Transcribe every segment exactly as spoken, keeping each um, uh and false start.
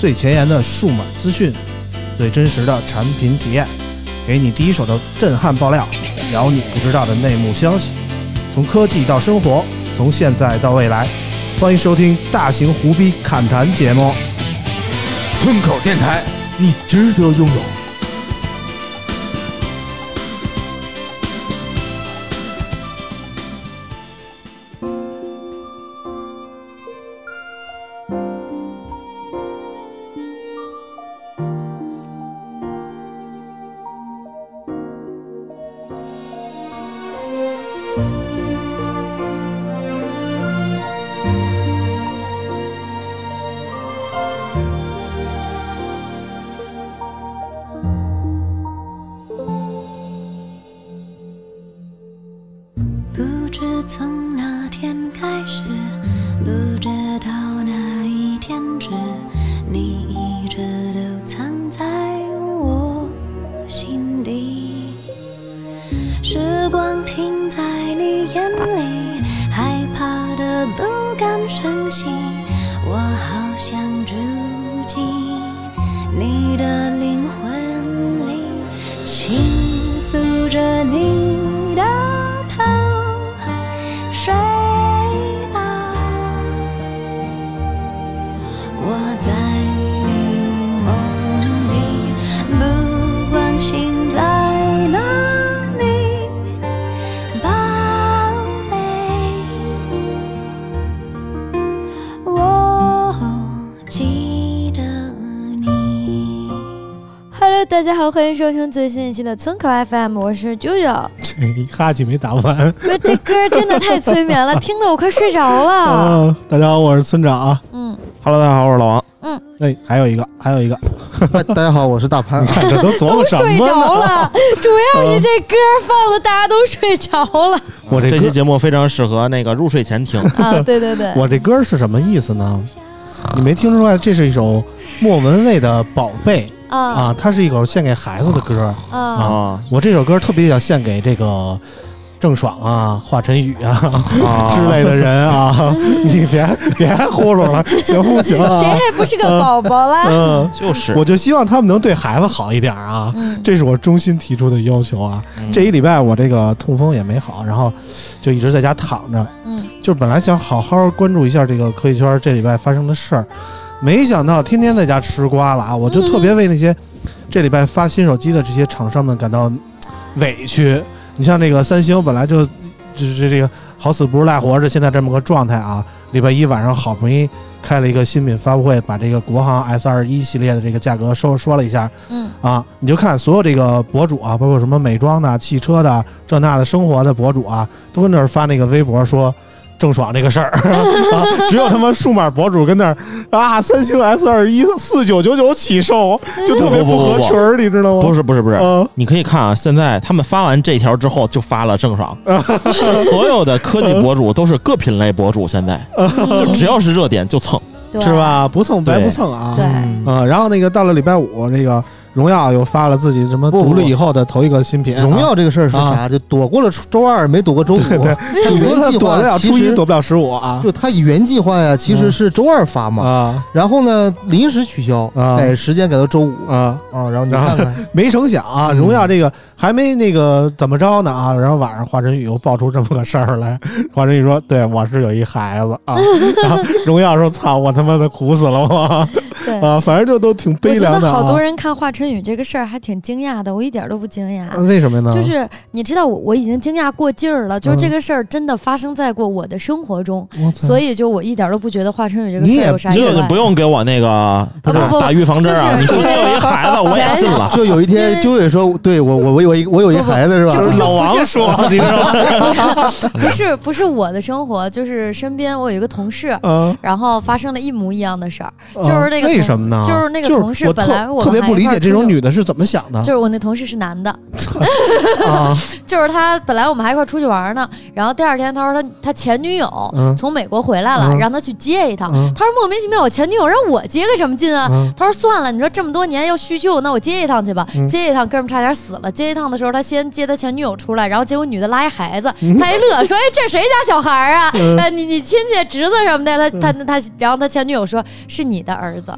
最前沿的数码资讯，最真实的产品体验，给你第一手的震撼爆料，聊你不知道的内幕消息，从科技到生活，从现在到未来。欢迎收听大型胡逼侃谈节目。 村口电台，你值得拥有。 从那天开始，不知道哪一天止，你一直都藏在我心底。时光停在你眼里，害怕的不敢声息，我好想住进你的灵魂里，轻抚着你的头，睡吧，我在你梦里，不管心在哪里，宝贝，我记得你。 Hello， 大家好，欢迎收听最新一期的村口 F M， 我是啾啾。 这一哈气没打完， 这歌真的太催眠了，听得我快睡着了。 嗯，大家好，我是村长啊。 嗯 ，Hello， 大家好，我是老王。 嗯， 哎，还有一个，还有一个， 大家好，我是大潘。 你看这都琢磨什么呢？ 都睡着了，主要你这歌放的大家都睡着了。 我这这期节目非常适合那个入睡前听啊，对对对。 我这歌是什么意思呢？你没听出来，这是一首莫文蔚的《宝贝》 啊啊，它是一首献给孩子的歌啊啊。我这首歌特别想献给这个郑爽啊、华晨宇啊, 啊之类的人啊，你别别呼噜了，行不行啊？ 谁还不是个宝宝啦？ 嗯， 就是， 我就希望他们能对孩子好一点啊， 嗯、 这是我衷心提出的要求啊。 嗯、 这一礼拜我这个痛风也没好，然后就一直在家躺着， 嗯， 就本来想好好关注一下这个科技圈这礼拜发生的事儿，没想到天天在家吃瓜了啊！我就特别为那些这礼拜发新手机的这些厂商们感到委屈。你像这个三星本来就就是这个好死不如赖活着，现在这么个状态啊！礼拜一晚上好不容易开了一个新品发布会，把这个国行 S 二十一 系列的这个价格说说了一下， 嗯啊，你就看所有这个博主啊，包括什么美妆的、汽车的、这那的生活的博主啊，都跟那儿发那个微博说郑爽这个事儿啊，只有他妈数码博主跟那儿啊，三星 S 二十一 四九九九起售，就特别不合群儿，你知道吗？ 不是不是不是， 呃、 你可以看啊，现在他们发完这条之后就发了郑爽，所有的科技博主都是各品类博主，现在就只要是热点就蹭， 是吧？不蹭白不蹭啊！ 对， 嗯，然后那个到了礼拜五，这个荣耀又发了自己什么独立以后的头一个新品。 荣耀这个事儿是啥？啊、就躲过了周二，没躲过周五。 对对， 就原计划躲得了初一，躲不了十五啊。 就他原计划呀，其实是周二发嘛。 啊， 然后呢，临时取消， 啊、 改时间改到周五啊啊。然后你看看， 没成想啊，荣耀这个还没那个怎么着呢啊。然后晚上华晨宇又爆出这么个事儿来，华晨宇说：“对，我是有一孩子啊。”然后荣耀说：“操，我他妈的苦死了我。” 对啊，反正就都挺悲凉的、啊。 我觉得好多人看华晨宇这个事儿还挺惊讶的，我一点都不惊讶。 啊、为什么呢？ 就是你知道我我已经惊讶过劲儿了，就是这个事儿真的发生在过我的生活中， 嗯、 所以就我一点都不觉得华晨宇这个事儿有啥意外。 你也不用给我那个不是打预防针啊！你说你有一孩子，我也信了。 就有一天，就也说，对我我我有一我有一孩子是吧？ 老王说，你知道吗？ 不是不是我的生活，就是身边我有一个同事， 嗯、 然后发生了一模一样的事儿，就是那个为什么呢？ 就是那个同事本来我特别不理解这种女的是怎么想的。 就是我那同事是男的， 啊， 就是他本来我们还一块出去玩呢，然后第二天他说他他前女友从美国回来了， 嗯、 让他去接一趟。 嗯、 他说莫名其妙，我前女友让我接个什么劲啊？嗯、他说算了，你说这么多年要叙旧，那我接一趟去吧。嗯、接一趟，哥们差点死了。接一趟的时候，他先接他前女友出来，然后结果女的拉一孩子， 嗯、 他一乐说：“哎，这谁家小孩啊？嗯、呃，你你亲戚侄子什么的。他”他他他，然后他前女友说：“是你的儿子。”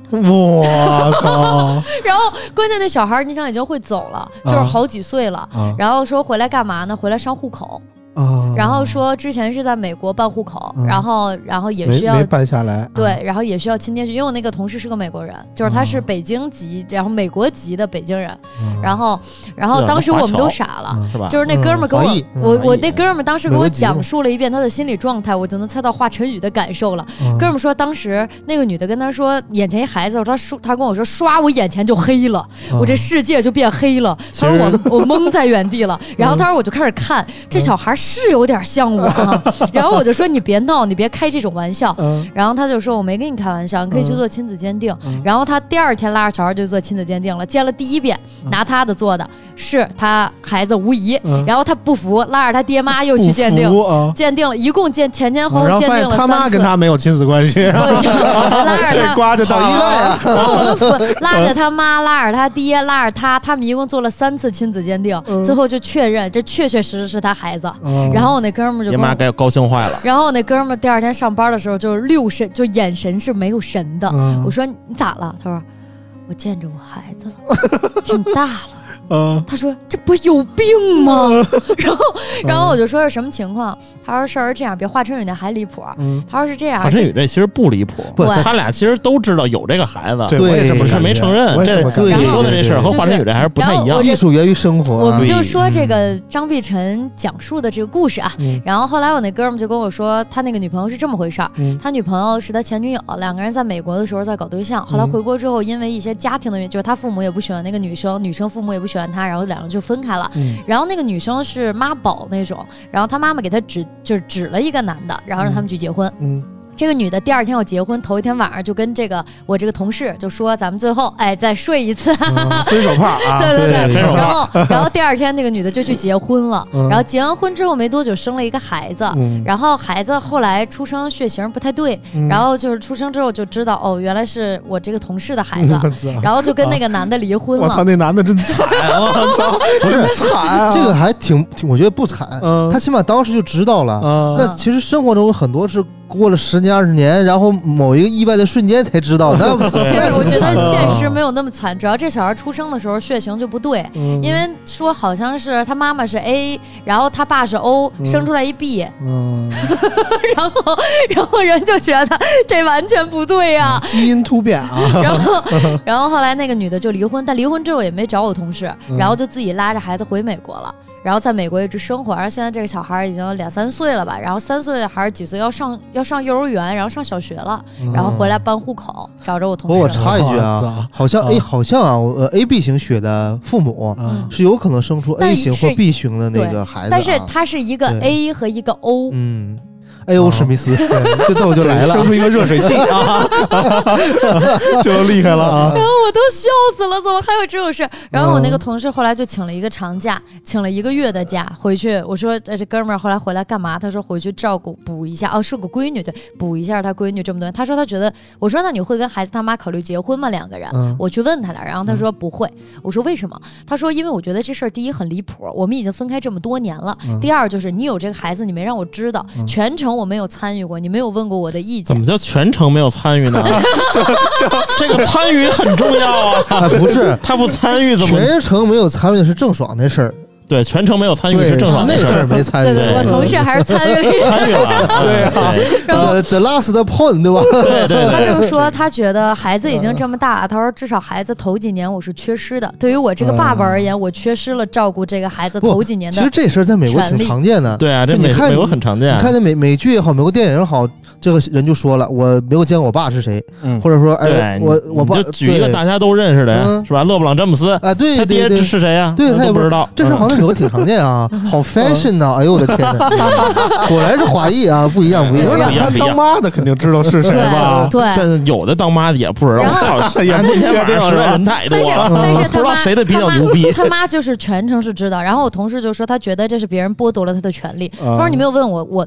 我操！ 然后关键那小孩你想已经会走了，就是好几岁了， 啊、 然后说回来干嘛呢？回来上户口。 啊， 然后说之前是在美国办户口， 嗯、 然后然后也需要没没办下来， 对，然后也需要亲爹去，因为我那个同事是个美国人，就是他是北京籍，然后美国籍的北京人， 嗯、 然后然后当时我们都傻了， 是吧？ 就是那哥们儿给我， 嗯、 我我那哥们儿当时给我讲述了一遍他的心理状态，我就能猜到华晨宇的感受了。 嗯、 哥们儿说当时那个女的跟他说眼前一孩子，他说他跟我说刷我眼前就黑了， 嗯、 我这世界就变黑了，他说我我懵在原地了，然后他说我就开始看这小孩是有点像。我啊，然后我就说你别闹，你别开这种玩笑。 嗯、 然后他就说我没跟你开玩笑，你可以去做亲子鉴定。 嗯、 然后他第二天拉着小孩就做亲子鉴定了，见了第一遍， 嗯、 拿他的做的是他孩子无疑， 嗯、 然后他不服，拉着他爹妈又去鉴定， 啊、 鉴定了一共鉴前前后后鉴定了三次。 他妈跟他没有亲子关系， 拉着他刮着到医院啊， 我都服，拉着他妈，拉着他爹，拉着他，他们一共做了三次亲子鉴定， 嗯、 最后就确认这确确实实是他孩子。 嗯、 然后我那哥们儿就爹妈该高兴坏了。 然后我那哥们儿第二天上班的时候就是六神，就眼神是没有神的。 嗯、 我说你咋了？他说我见着我孩子了，挺大了。 嗯、 他说这不有病吗？嗯、然后，然后我就说是什么情况？他说事儿是这样，比华晨宇那还离谱。 嗯、 他说是这样， 华晨宇这其实不离谱， 不， 他俩其实都知道有这个孩子， 对，我也这么是没承认。这你说的这事儿和华晨宇这还是不太一样。 艺术源于生活。 我们就说这个张碧晨讲述的这个故事啊， 嗯、 然后后来我那哥们就跟我说，他那个女朋友是这么回事儿， 嗯、 他女朋友是他前女友，两个人在美国的时候在搞对象，后来回国之后因为一些家庭的原因，就是他父母也不喜欢那个女生，女生父母也不喜欢他，然后两人就分开了。 嗯、 然后那个女生是妈宝那种，然后他妈妈给他指就是指了一个男的，然后让他们去结婚。 嗯。嗯这个女的第二天要结婚，头一天晚上就跟这个我这个同事就说咱们最后哎再睡一次， 嗯、分手炮啊！ 对对对， 分手炮。 然后然后第二天那个女的就去结婚了， 嗯、 然后结完婚之后没多久生了一个孩子， 嗯、 然后孩子后来出生血型不太对， 嗯、 然后就是出生之后就知道哦原来是我这个同事的孩子，然后就跟那个男的离婚了。 我操，那男的真惨！我操，不是惨、啊， 这个还挺，我觉得不惨， 嗯、 他起码当时就知道了。 嗯、 那其实生活中有很多是过了十年二十年，然后某一个意外的瞬间才知道。那其实我觉得现实没有那么惨，只要这小孩出生的时候血型就不对， 嗯、 因为说好像是他妈妈是 A， 然后他爸是 O，、嗯、生出来一 B，、 嗯、 然后然后人就觉得这完全不对呀、啊， 基因突变啊。 然后然后后来那个女的就离婚，但离婚之后也没找我同事， 嗯、 然后就自己拉着孩子回美国了。然后在美国一直生活，然后现在这个小孩已经两三岁了吧，然后三岁还是几岁要上要上幼儿园，然后上小学了， 嗯、 然后回来办户口，找着我同事。 不过我插一句啊，好像 A 好像啊，呃 A B 型血的父母、 嗯、 是有可能生出 A 型或 B 型的那个孩子、啊， 但是他是一个 A 和一个 O， 嗯。哎呦，史密斯，这这我就来了， 生出一个热水器啊，就厉害了啊！ 然后我都笑死了，怎么还有这种事？然后我那个同事后来就请了一个长假，请了一个月的假回去。我说，呃，这哥们儿后来回来干嘛？他说回去照顾补一下，哦，是个闺女，对，补一下他闺女这么多年。他说他觉得，我说那你会跟孩子他妈考虑结婚吗？两个人， 嗯、 我去问他俩，然后他说不会。我说为什么？他说因为我觉得这事儿第一很离谱，我们已经分开这么多年了。 嗯、 第二就是你有这个孩子，你没让我知道， 嗯、 全程我没有参与过。你没有问过我的意见， 怎么叫全程没有参与呢？这个参与很重要啊！ 啊不是， 他不参与怎么？ 全程没有参与的是郑爽那事儿。 对，全程没有参与是郑爽那事儿没参与。 对对，我同事还是参与了一下。 参与了， 对啊。 然后 the the last point 对吧？ 对对。 他就说他觉得孩子已经这么大了，他说至少孩子头几年我是缺失的。对于我这个爸爸而言，我缺失了照顾这个孩子头几年的。 其实这事儿在美国挺常见的。 对啊，这美美国很常见。 你看那美美剧也好，美国电影也好，这个人就说了，我没有见过我爸是谁， 嗯、 或者说哎，我我爸就举一个大家都认识的呀， 嗯、 是吧？勒布朗詹姆斯啊，对， 他爹是谁呀？ 对，他也不知道。 这事好像美国挺常见啊。好 fashion 呐、啊！哎呦我的天哪，果然是华裔啊，不一样不一样。 他当妈的肯定知道是谁吧？ 对， 但是有的当妈的也不知道。 也不确定， 实在人太多了， 但是不知道谁的比较牛逼。 他妈就是全程是知道。然后我同事就说，他觉得这是别人剥夺了他的权利。 嗯、 他说你没有问我，我我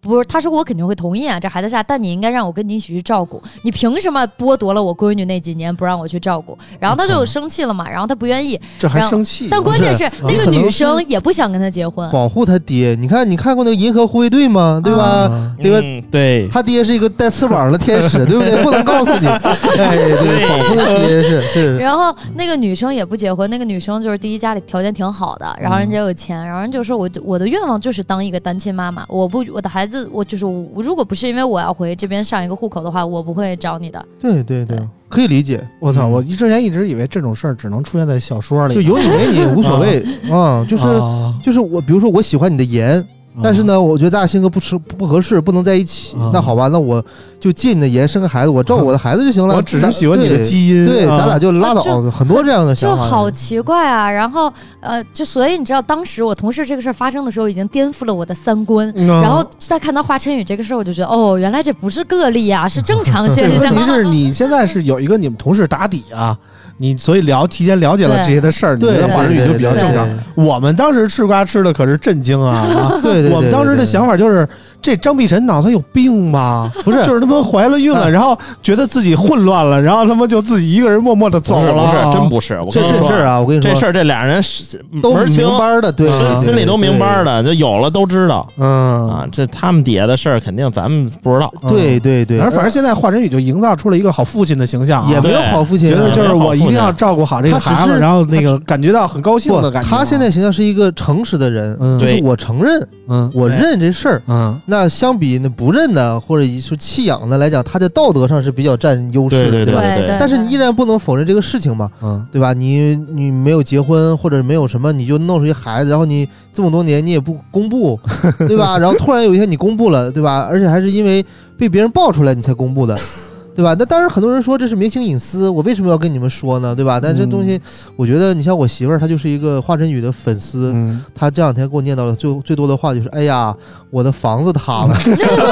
不是，他说我肯定会同意啊，这孩子下，但你应该让我跟你一起去照顾，你凭什么剥夺了我闺女那几年不让我去照顾？然后他就生气了嘛，然后他不愿意， 这还生气。 但关键是那个女生也不想跟他结婚， 保护他爹。你看，你看过那个《银河护卫队》吗？对吧？ 啊、 对吧、 嗯？对， 他爹是一个带翅膀的天使，对不对？不能告诉你，哎，对，保护他爹是是。 然后那个女生也不结婚，那个女生就是第一家里条件挺好的，然后人家有钱，然后人就说我我的愿望就是当一个单亲妈妈，我不我的孩子我就是我如果不是因为我要回这边上一个户口的话，我不会找你的。 对对对，可以理解。 我操，我之前一直以为这种事儿只能出现在小说里， 就有你没你无所谓啊、嗯，就是、啊、就是我，比如说我喜欢你的颜。但是呢，我觉得咱俩性格不吃不合适，不能在一起。啊、那好吧，那我就借你的颜生个孩子，我照顾我的孩子就行了。 我只是喜欢你的基因， 对，对咱俩就拉倒。啊、很多这样的想法，就好奇怪啊。然后呃，就所以你知道，当时我同事这个事儿发生的时候，已经颠覆了我的三观。嗯、然后再看到华晨宇这个事儿，我就觉得哦，原来这不是个例啊，是正常现象。 问题是你现在是有一个你们同事打底啊。你所以了提前了解了这些的事儿，你觉得华晨宇就比较正常。我们当时吃瓜吃的可是震惊啊！啊对, 对, 对, 对， 我们当时的想法就是，这张碧晨脑子有病吧？ 不是， 就是他妈怀了孕了，然后觉得自己混乱了，然后他妈就自己一个人默默的走了。 不是，不是真不是。我跟你说这事儿啊，我跟你说， 这事儿这俩人都明白的，对， 心里都明白的，就有了都知道。 嗯啊，这他们底下的事儿肯定咱们不知道。 对对对， 反正反正现在华晨宇就营造出了一个好父亲的形象， 也没有好父亲， 觉得就是我一定要照顾好这个孩子，然后那个感觉到很高兴的感觉。 他现在形象是一个诚实的人，就是我承认，嗯，我认这事儿， 嗯， 那相比那不认的或者说弃养的来讲，他在道德上是比较占优势的， 对对对对。 但是你依然不能否认这个事情嘛， 嗯， 对吧？你你没有结婚或者没有什么，你就弄出一孩子，然后你这么多年你也不公布，对吧？然后突然有一天你公布了，对吧？而且还是因为被别人爆出来你才公布的。对吧？那当然，很多人说这是明星隐私，我为什么要跟你们说呢？对吧？但这东西，我觉得你像我媳妇儿，她就是一个华晨宇的粉丝， 嗯、 她这两天给我念叨了最最多的话就是：“哎呀，我的房子塌了。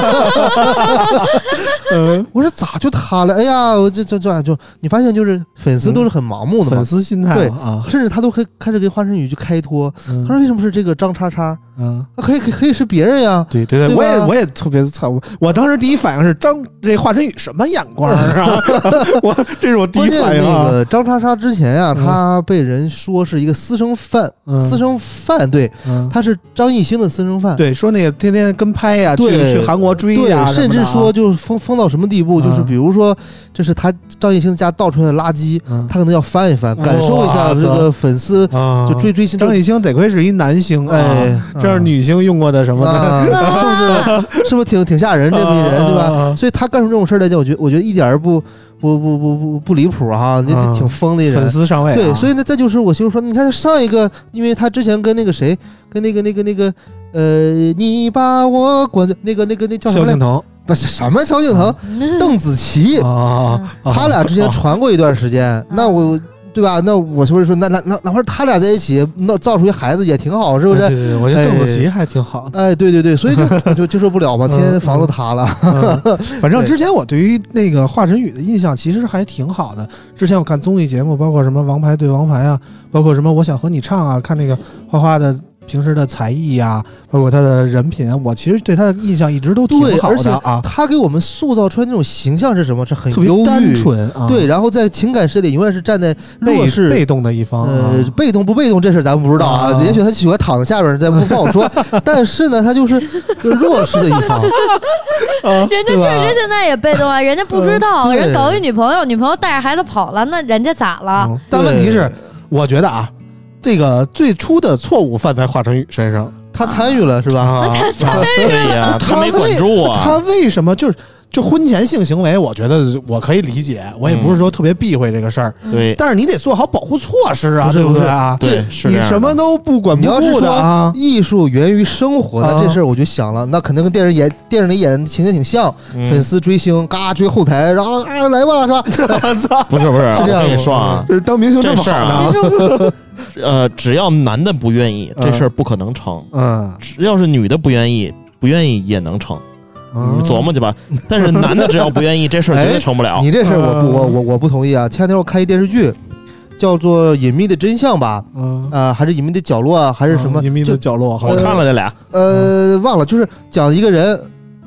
嗯”我说咋就塌了？哎呀，我这这这就你发现就是粉丝都是很盲目的嘛， 嗯、粉丝心态对啊， 甚至他都开开始给华晨宇去开脱， 嗯、 他说为什么是这个张叉叉？ 嗯， 可以可以可以是别人呀。 对对对，我也我也特别操，我当时第一反应是张这华晨宇什么眼光啊？我这是我第一反应、啊。 那个张叉叉之前呀、啊，他被人说是一个私生饭， 嗯、 私生饭对、嗯，他是张艺兴的私生饭。 对，说那个天天跟拍呀、啊，去去韩国追呀、啊， 甚至说就是疯疯到什么地步， 嗯、 就是比如说这是他张艺兴家倒出来的垃圾， 嗯、 他可能要翻一翻，嗯、感受一下这个粉丝就追追星。 张艺兴得亏是一男星， 哎， 这是女星用过的什么的， 啊、是不是？是不是挺挺吓人这么一人，对吧？所以他干出这种事来讲，我觉得我觉得一点儿不。不不不不不离谱哈，这、啊、挺疯的一人， 粉丝上位、啊。 对，所以呢，再就是我媳妇说，你看上一个，因为他之前跟那个谁，跟那个那个那个呃，你把我关那个那个那叫什么来？ 萧敬腾不是什么萧敬腾，嗯、邓紫棋啊， 他俩之前传过一段时间，啊、那我。对吧？那我是不是说，那那那哪怕他俩在一起，那造出一孩子也挺好，是不是？ 哎、对对，我觉得邓紫棋还挺好的。 哎，对对对，所以就就接受不了嘛，天天房子塌了。 嗯嗯、反正之前我对于那个华晨宇的印象其实还挺好的。之前我看综艺节目，包括什么《王牌对王牌》啊，包括什么《我想和你唱》啊，看那个花花的。平时的才艺呀、啊，包括他的人品，我其实对他的印象一直都挺好的啊。 他给我们塑造出来那种形象是什么？是很特别单纯啊。 对，然后在情感世里永远是站在弱势、 被动的一方。 呃，被动不被动这事咱们不知道啊。啊也许他喜欢躺在下边，咱不不好说。但是呢，他就是弱势的一方。 啊、人家确实现在也被动啊，人家不知道，嗯、人搞一女朋友，女朋友带着孩子跑了，那人家咋了？ 嗯、但问题是，我觉得啊。这个最初的错误犯在华晨宇身上， 他参与了是吧？ 啊、他参与了呀，他没管住啊。 他为什么就是就婚前性行为？我觉得我可以理解，我也不是说特别避讳这个事儿。 对、嗯， 但是你得做好保护措施啊，对不对啊？ 对，是你什么都不管不顾的啊。 艺术源于生活，那这事儿我就想了，那肯定跟电视演电视里演的情节挺像。 嗯、 粉丝追星，嘎追后台，然后啊来吧，是吧？ 不是不是， 是这样。 我跟你说啊， 就是当明星这么好呢。 其实。 呃，只要男的不愿意，这事儿不可能成。 嗯， 只要是女的不愿意，不愿意也能成。 嗯、 你琢磨去吧。但是男的只要不愿意，这事儿绝对成不了。 哎、你这事儿我不我我我不同意啊！前两天我看一电视剧，叫做《隐秘的真相》吧？ 嗯啊、呃，还是《隐秘的角落》啊，还是什么？ 嗯、隐秘的角落， 我看了这俩。 呃，忘了，就是讲一个人。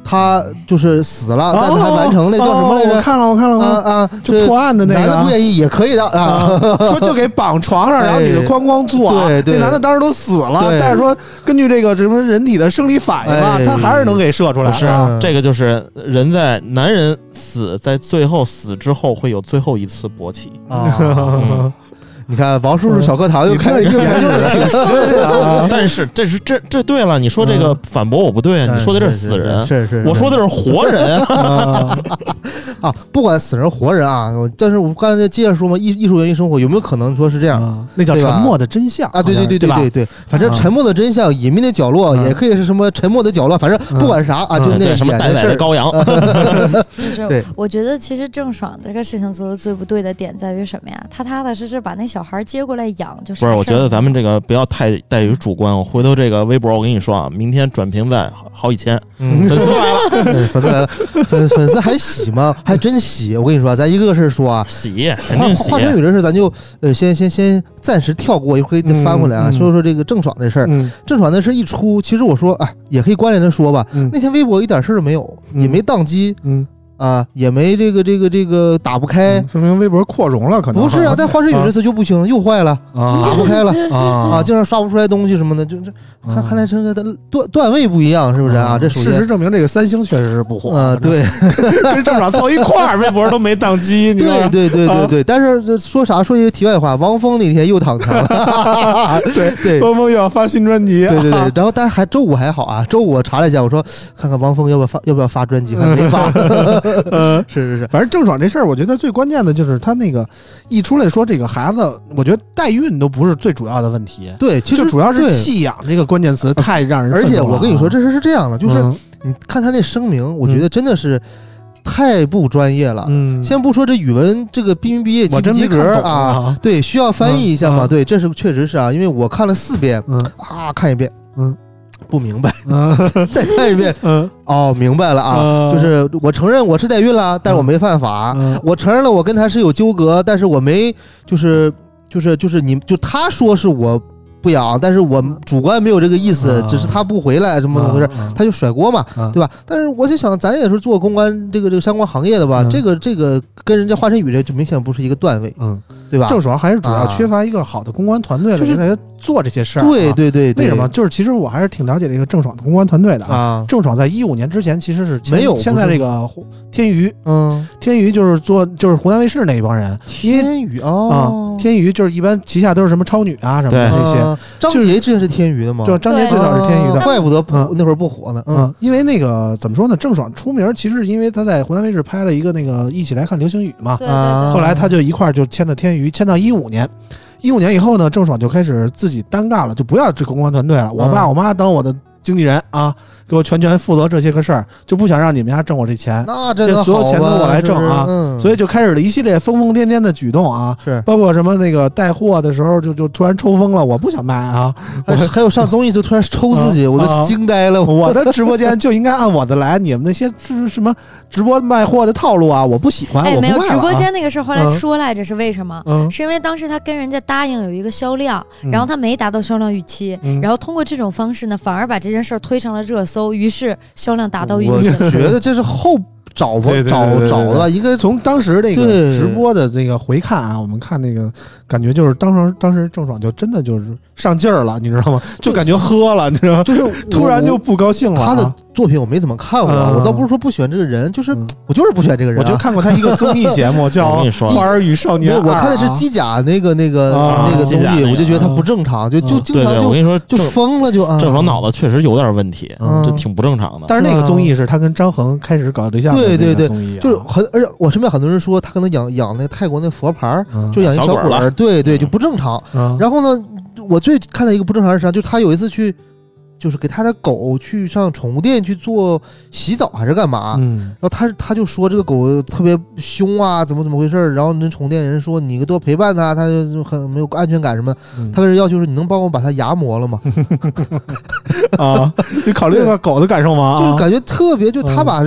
他就是死了，但他还完成那叫什么来着？ 我看了，我看了， 啊啊， 就破案的那个， 男的不愿意也可以的啊， 说就给绑床上，然后女的哐哐坐， 对对， 那男的当时都死了，但是说根据这个什么人体的生理反应啊，他还是能给射出来。 是这个就是人在男人死在最后死之后会有最后一次勃起啊。你看王叔叔小课堂又开了一个研究的挺深啊， 但是这是这这对了，你说这个反驳我不对啊，你说的这是死人， 是是， 我说的是活人啊啊，不管死人活人啊，但是我刚才接着说嘛，艺艺术源于生活，有没有可能说是这样？ 那叫沉默的真相啊，对对对对对对，反正沉默的真相，隐秘的角落也可以是什么沉默的角落，反正不管啥啊，就那什么带崽的羔羊。 就是我觉得其实郑爽这个事情做的最不对的点在于什么呀？他踏踏实实把那小孩接过来养，就是不是？我觉得咱们这个不要太带于主观。我回头这个微博，我跟你说啊，明天转评在好几千，粉丝来了， 粉丝来了，粉粉丝还喜吗？还真喜！我跟你说，咱一个个事说啊， 喜肯定喜。 华晨宇这事，咱就呃先先先暂时跳过，一会儿再翻回来啊，说说这个郑爽这事儿。郑爽那事一出，其实我说哎，也可以关联的说吧。那天微博一点事儿都没有，也没宕机。嗯。啊，也没这个这个这个打不开， 嗯、说明微博扩容了，可能不是啊。但华晨宇这次就不行，又坏了啊，打不开了啊啊，经常刷不出来东西什么的，就这看看来这个段段位不一样，是不是啊？这事实证明，这个三星确实是不火啊。对， 跟郑爽凑一块儿，微博都没宕机。 对对对对对，但是说啥说一个题外话，汪峰那天又躺枪了，对对， 汪峰又要发新专辑， 对对对。然后但是还周五还好啊，周五我查了一下，我说看看汪峰要不要发要不要发专辑，还没发。 呃， 是是是， 反正郑爽这事儿，我觉得最关键的就是他那个一出来说这个孩子，我觉得代孕都不是最主要的问题。 对，其实主要是弃养这个关键词太让人愤怒了。 而且我跟你说，这事是这样的，就是你看他那声明，我觉得真的是太不专业了。嗯，先不说这语文这个毕没毕业及不及格啊，对，需要翻译一下嘛。对，这是确实是啊，因为我看了四遍，啊，看一遍，嗯。不明白，嗯、再看一遍，嗯，哦，明白了啊，嗯、就是我承认我是代孕了，但是我没犯法，嗯、我承认了我跟他是有纠葛，但是我没，就是就是就是你就他说是我不养，但是我主观没有这个意思，嗯、只是他不回来，什么怎么回事，嗯、他就甩锅嘛，嗯、对吧？但是我就想，咱也是做公关这个这个相关行业的吧，嗯、这个这个跟人家华晨宇这就明显不是一个段位，嗯，对吧？ 郑爽还是主要缺乏一个好的公关团队，就是来做这些事儿。 对对对， 为什么？就是其实我还是挺了解这个郑爽的公关团队的啊。郑爽在一五年之前其实是没有， 现在这个天娱，嗯，天娱就是做就是湖南卫视那一帮人。 天娱哦， 天娱就是一般旗下都是什么超女啊什么的这些。 张杰之前是天娱的吗？ 就张杰最早是天娱的， 怪不得那会儿不火呢。 嗯，因为那个怎么说呢？郑爽出名其实是因为她在湖南卫视拍了一个那个一起来看流星雨嘛，后来她就一块就签到天娱，签到一五年。一五年以后呢，郑爽就开始自己单干了，就不要这个公关团队了。我爸我妈当我的经纪人啊，给我全权负责这些个事儿，就不想让你们家挣我这钱， 那这所有钱都我来挣啊， 嗯、 所以就开始了一系列疯疯癫癫的举动啊， 是包括什么那个带货的时候就就突然抽风了，我不想卖啊， 还还有上综艺就突然抽自己，啊、我都惊呆了。 我的直播间就应该按我的来，你们那些是什么直播卖货的套路啊，我不喜欢。 哎， 我不没有直播间啊、 那个事儿，后来说来着是为什么？嗯、是因为当时他跟人家答应有一个销量，嗯、然后他没达到销量预期，嗯、然后通过这种方式呢，反而把这件事儿推上了热搜，于是销量达到预期。 我觉得这是后找不找找的，应该从当时那个直播的那个回看啊，我们看那个感觉就是当时当时郑爽就真的就是上劲儿了，你知道吗？就感觉喝了，你知道吗？就是突然就不高兴了、啊。 他的作品我没怎么看过，嗯、我倒不是说不喜欢这个人，就是、嗯、我就是不喜欢这个人、啊。 我就看过他一个综艺节目叫《花儿与少年二》， 我看的是机甲那个那个、啊、那个综艺，我就觉得他不正常，就就经常就我跟你说就疯了，就郑爽脑子确实有点问题，就挺不正常的。 但是那个综艺是他跟张恒开始搞对象的那个综艺、啊， 就是很而且我身边很多人说他可能养养那泰国那佛牌，嗯、就养一小鬼儿，对对，就不正常。嗯、然后呢，我最看到一个不正常是啥？就是他有一次去。就是给他的狗去上宠物店去做洗澡还是干嘛？嗯，然后他他就说这个狗特别凶啊，怎么怎么回事？然后那宠物店人说你多陪伴他，他就很没有安全感什么。嗯、他跟人要求是你能帮我把他牙磨了吗？ 啊，你考虑个狗的感受吗？ 就是感觉特别，就他把。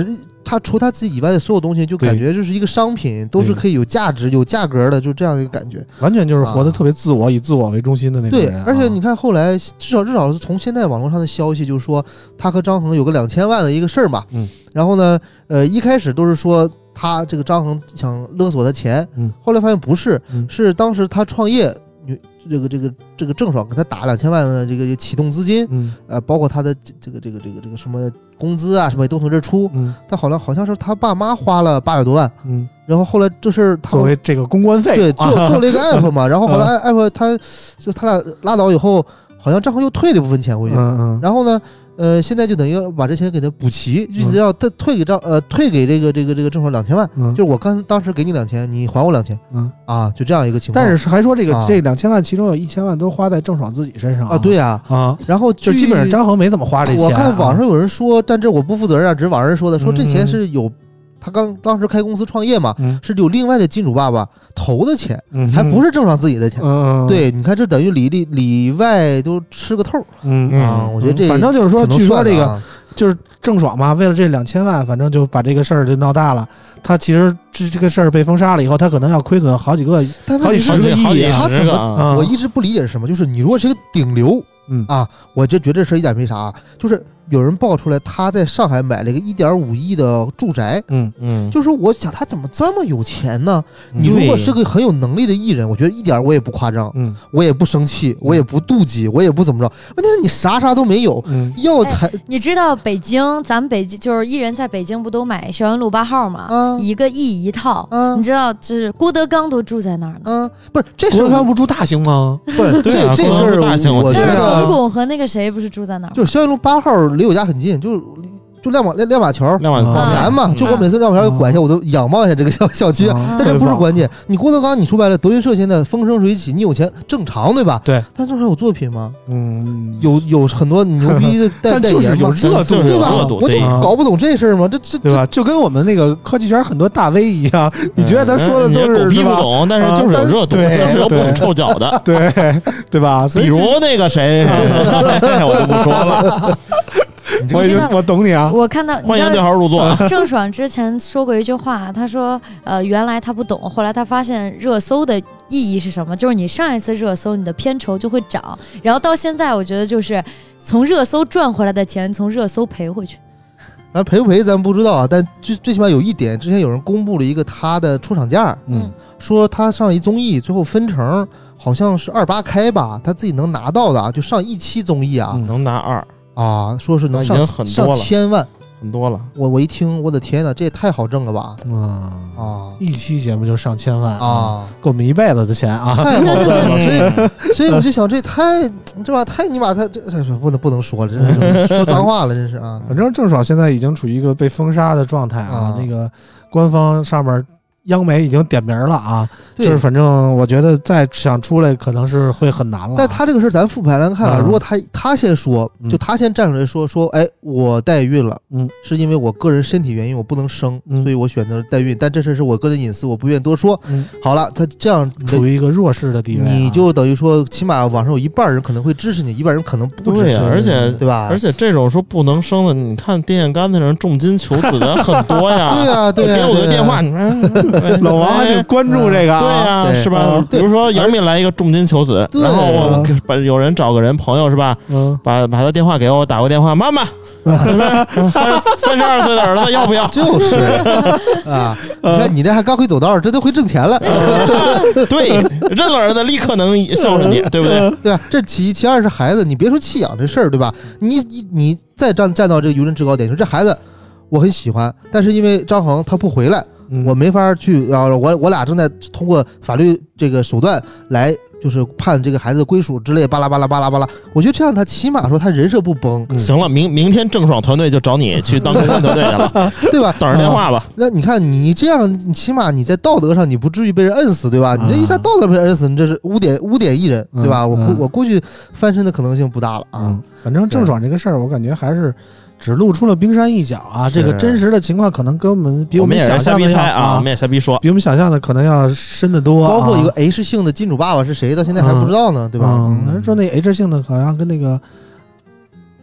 他除他自己以外的所有东西，就感觉就是一个商品，都是可以有价值、有价格的，就这样一个感觉。 完全就是活得特别自我，啊、以自我为中心的那种人、 对， 啊。 而且你看后来，至少至少是从现在网络上的消息，就是说他和张恒有个两千万的一个事儿嘛。 嗯。 然后呢，呃，一开始都是说他这个张恒想勒索他钱， 嗯。 后来发现不是， 嗯、 是当时他创业。这个这个这个郑爽给他打两千万的这个启动资金， 嗯， 呃，包括他的这个这个这个这个什么工资啊，什么也都从这出，嗯，他好像好像是他爸妈花了八百多万， 嗯， 然后后来这事儿作为这个公关费， 对，做做了一个 app 嘛，然后后来 app 他就他俩拉倒以后，好像张恒又退了一部分钱回去， 嗯嗯， 然后呢。呃，现在就等于要把这钱给他补齐，意思要他退给张呃退给这个这个这个郑爽两千万， 嗯， 就是我刚当时给你两千，你还我两千， 嗯啊，就这样一个情况。 但是还说这个、 啊、 这两千万，其中有一千万都花在郑爽自己身上啊，对呀啊, 啊， 然后就基本上张恒没怎么花这钱、啊。 我看网上有人说，但这我不负责任啊，只是网上人说的，说这钱是有。嗯他刚当时开公司创业嘛， 嗯、 是有另外的金主爸爸投的钱， 嗯、 还不是郑爽自己的钱。 嗯、 对，你看这等于里里里外都吃个透。 嗯啊，我觉得这反正就是说，据说这个、 啊、 就是郑爽嘛，为了这两千万，反正就把这个事儿就闹大了。他其实这这个事儿被封杀了以后，他可能要亏损好几个、好几十个亿。 他怎么、 啊？ 我一直不理解是什么，就是你如果是一个顶流， 嗯啊，我就觉得这事一点没啥，就是有人爆出来他在上海买了一个一点五亿的住宅， 嗯嗯，就是我讲他怎么这么有钱呢？你如果是个很有能力的艺人，我觉得一点我也不夸张， 嗯， 我也不生气，我也不妒忌，我也不怎么着。问题是你啥啥都没有， 嗯， 要才、 哎、你知道北京，咱们北京就是艺人在北京不都买校园路八号吗？ 啊， 一个亿一套， 啊， 你知道就是郭德纲都住在那儿呢。 嗯、啊，不是这郭德纲不住大兴吗？ 不是， 对啊、 这这事儿我觉得得冯巩和那个谁不是住在那儿？ 就是校园路八号离我家很近，就就亮马亮亮马桥， 亮马港南嘛，就我每次亮马桥拐下，我都仰望一下这个小小区。但这不是关键，你郭德纲，你说白了，德云社现在风生水起，你有钱正常，对吧？ 对。 但正常有作品吗？ 嗯， 有有很多牛逼的代代言， 有热度， 对吧？我就搞不懂这事儿吗？这这对吧？就跟我们那个科技圈很多大 V 一样，你觉得他说的都是狗屁不懂，但是就是有热度，就是有不懂臭脚的， 对对吧？ 比如那个谁，我就不说了。 我已经我懂你啊！ 我看到欢迎对号入座。 郑爽之前说过一句话，他说：“呃，原来他不懂，后来他发现热搜的意义是什么？就是你上一次热搜，你的片酬就会涨，然后到现在，我觉得就是从热搜赚回来的钱，从热搜赔回去。 咱赔不赔咱不知道啊，但最最起码有一点，之前有人公布了一个他的出场价， 嗯， 说他上一综艺最后分成好像是二八开吧，他自己能拿到的啊，就上一期综艺啊， 嗯、能拿二。” 啊，说是能上上千万， 很多了。 我我一听，我的天哪，这也太好挣了吧！ 啊啊， 一期节目就上千万啊， 够我们一辈子的钱啊， 太好挣了。所以所以我就想，这太这吧，太尼玛，他这这不能不能说了，真是说脏话了，真是啊。 反正郑爽现在已经处于一个被封杀的状态啊，那个官方上面。央媒已经点名了啊，就是反正我觉得再想出来可能是会很难了、啊。 但他这个事儿咱复盘来看啊，嗯、如果他他先说，就他先站出来说说，哎，我代孕了， 嗯， 是因为我个人身体原因我不能生， 嗯、 所以我选择了代孕，但这事是我个人隐私，我不愿意多说。 嗯， 好了，他这样处于一个弱势的地位、啊， 你就等于说，起码网上有一半人可能会支持你，一半人可能不支持你， 对、啊，而且对吧？ 而且这种说不能生的，你看电线杆子上重金求子的很多呀， 对呀、啊，对呀、啊， 给我个电话，你看老王。关注这个、啊， 对呀、啊，是吧？比如说杨幂来一个重金求子，然后我把有人找个人朋友是吧？ 嗯， 把把他电话给我，打过电话，妈妈，三三十二岁的儿子要不要？ 就是啊，你看你那还刚会走道，这都会挣钱了。 对，认了儿子立刻能孝顺你，对不对？ 对啊，这其一，其二是孩子，你别说弃养这事儿，对吧？你你你再站站到这个舆论制高点，说这孩子我很喜欢，但是因为张恒他不回来。 嗯、 我没法去啊！我我俩正在通过法律这个手段来，就是判这个孩子的归属之类，巴拉巴拉巴拉巴拉。我觉得这样他起码说他人设不崩。 嗯、行了，明明天郑爽团队就找你去当公关团队去了， 对吧？ 等着电话吧。 啊、那你看你这样，你起码你在道德上你不至于被人摁死，对吧？ 嗯、 你这一下道德被人摁死，你这是污点污点艺人，对吧？ 嗯、 我估我估计翻身的可能性不大了啊。 嗯、反正郑爽这个事儿，我感觉还是。只露出了冰山一角啊！这个真实的情况可能跟我们比我们想象的要啊，我们也瞎逼说， 比我们想象的可能要深得多、啊。 包括一个 H 姓的金主爸爸是谁，到现在还不知道呢， 嗯、 对吧？ 嗯，人说那 H 姓的好像跟那个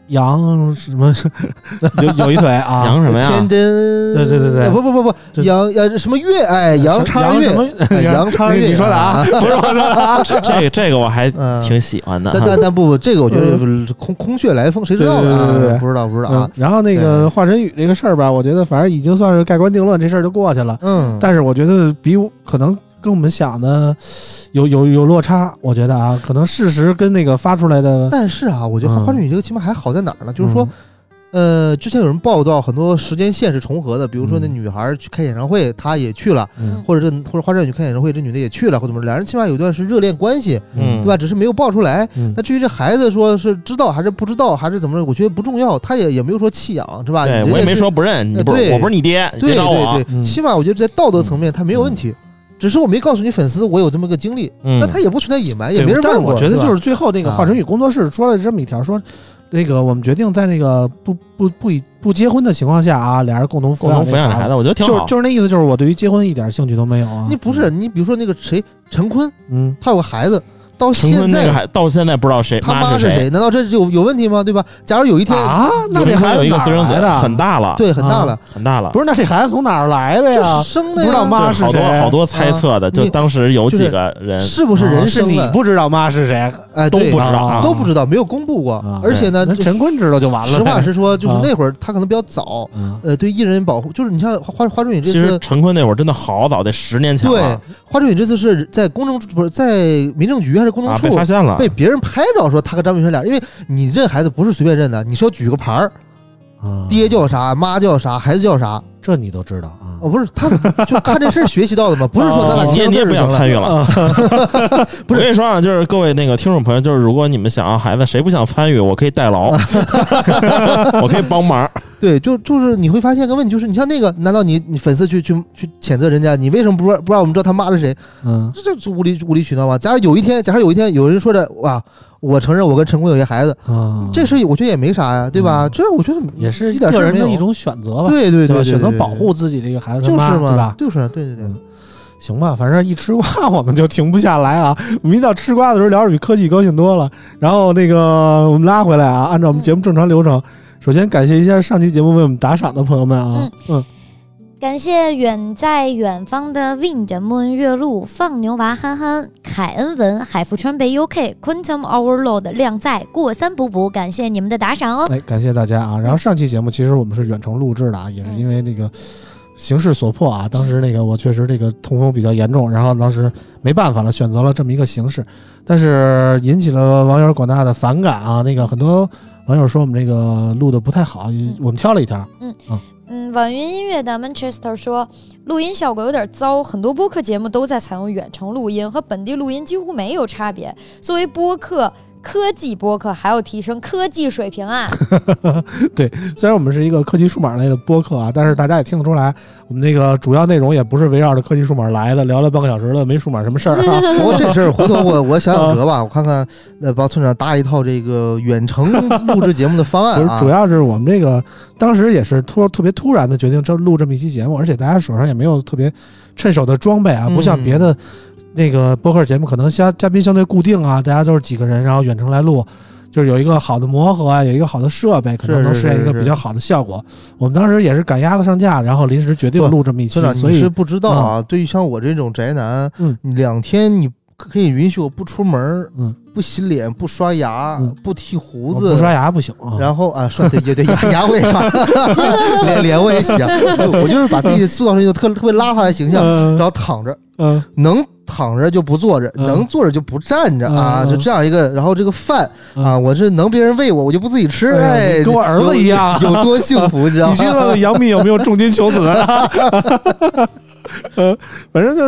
杨什么有有一腿啊， 杨什么呀？ 天真， 对对对对不不不不，杨杨什么月？哎，杨叉月，杨叉月， 你说的啊？不是我说的啊， 这这这个我还挺喜欢的。 但但但不不，这个我觉得空空穴来风，谁知道呢？不知道不知道啊。 然后那个华晨宇这个事儿吧，我觉得反正已经算是盖棺定论，这事儿就过去了。嗯，但是我觉得比可能。跟我们想的有有有落差，我觉得啊，可能事实跟那个发出来的， 但是啊，我觉得华晨宇这个起码还好在哪儿呢？嗯、就是说，呃，之前有人报道很多时间线是重合的，比如说那女孩去开演唱会，她也去了，嗯、或者这或者华晨宇开演唱会，这女的也去了，或者怎么，两人起码有一段是热恋关系，嗯，对吧？只是没有爆出来。嗯、那至于这孩子说是知道还是不知道，还是怎么着，我觉得不重要，他也也没有说弃养，是吧？ 对，我也没说不认，你不是我不是你爹， 对别找我。 对对对，起码我觉得在道德层面他没有问题。嗯只是我没告诉你粉丝我有这么个经历，嗯、那他也不存在隐瞒，也没人问过。我觉得就是最后那个华晨宇工作室说了这么一条，说那个我们决定在那个不不不以不结婚的情况下啊，俩人共同共同抚养孩子，我觉得挺好。 就是就是那意思，就是我对于结婚一点兴趣都没有啊。 你不是你比如说那个谁陈坤，嗯，他有个孩子。到现在那个还到现在不知道谁他妈是谁， 难道这有有问题吗？对吧？假如有一天啊，那这孩子有一个私生子很大了， 对，很大了， 很大了。 不是，那这孩子从哪儿来的呀？ 就是生的呀， 不知道妈是谁。 好多好多猜测的，就当时有几个人是不是人生的？ 是你不知道妈是谁， 哎， 都不知道， 都不知道，没有公布过。而且呢， 陈坤知道就完了。 实话实说，就是那会儿他可能比较早，呃，对艺人保护，就是你像华华晨宇这次， 其实陈坤那会儿真的好早，得十年前了。 对，华晨宇这次是在公证不是在民政局还是公证处被发现了。 被别人拍着说他和张碧晨俩，因为你认孩子不是随便认的，你是要举个牌儿，啊、爹叫啥，妈叫啥，孩子叫啥， 这你都知道啊？ 哦，不是，他就看这事学习到的嘛，不是说咱俩你也不想参与了。不是，我跟你说啊，就是各位那个听众朋友，就是如果你们想要孩子，谁不想参与，我可以代劳，我可以帮忙。 对，就就是你会发现个问题，就是你像那个，难道你你粉丝去去去谴责人家，你为什么不不让我们知道他妈是谁？嗯，这这无理无理取闹吗？假如有一天，假如有一天有人说着哇，我承认我跟陈坤有些孩子，嗯，这事我觉得也没啥呀，对吧？嗯、这我觉得也是一点个人的一种选择吧。 对对 对, 对, 对, 对， 选择保护自己这个孩子他妈， 就是嘛， 对吧？ 就是，对对对。嗯行吧，反正一吃瓜我们就停不下来啊！我们一到吃瓜的时候聊着比科技高兴多了。然后那个我们拉回来啊，按照我们节目正常流程，首先感谢一下上期节目为我们打赏的朋友们啊，嗯，嗯感谢远在远方的 Wind 莫恩月露、放牛娃憨憨、凯恩文、海富川北 U K、Quantum Overload、靓在、过三补补，感谢你们的打赏哦！ 哎，感谢大家啊！然后上期节目其实我们是远程录制的啊，也是因为那个。形势所迫啊，当时那个我确实这个痛风比较严重，然后当时没办法了，选择了这么一个形式，但是引起了网友广大的反感啊。那个很多网友说我们这个录的不太好，嗯、我们挑了一条。 嗯嗯嗯，网云音乐的 Manchester 说录音效果有点糟，很多播客节目都在采用远程录音，和本地录音几乎没有差别。作为播客。科技播客还要提升科技水平啊！ 对，虽然我们是一个科技数码类的播客啊，但是大家也听得出来，我们那个主要内容也不是围绕着科技数码来的，聊了半个小时了，没数码什么事儿啊。 不过这事儿回头我我想想辙吧，我看看呃帮村长搭一套这个远程录制节目的方案啊。 主要是我们这个当时也是突特别突然的决定这录这么一期节目，而且大家手上也没有特别趁手的装备啊，不像别的。嗯那个播客节目可能嘉嘉宾相对固定啊，大家都是几个人，然后远程来录，就是有一个好的磨合啊，有一个好的设备，可能能实现一个比较好的效果。是是是是我们当时也是赶鸭子上架，然后临时决定录这么一期。所以你是不知道啊，嗯、对于像我这种宅男，嗯，你两天你可以允许我不出门，嗯，不洗脸，不刷牙，嗯、不剃胡子， 不刷牙不行啊。 然后啊，刷对也对，牙牙我也刷，脸脸我也洗啊。我就是把自己塑造成一个特特别邋遢的形象，嗯、然后躺着，嗯，能。躺着就不坐着，嗯、能坐着就不站着、嗯、啊，就这样一个。然后这个饭、嗯、啊，我是能别人喂我，我就不自己吃，哎， 跟我儿子一样， 有, 有多幸福，你知道吗？ 你知道杨幂有没有重金求子啊？呃，反正就是，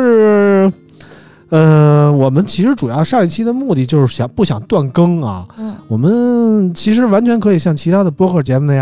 呃，我们其实主要上一期的目的就是想不想断更啊？嗯，我们其实完全可以像其他的播客节目那样，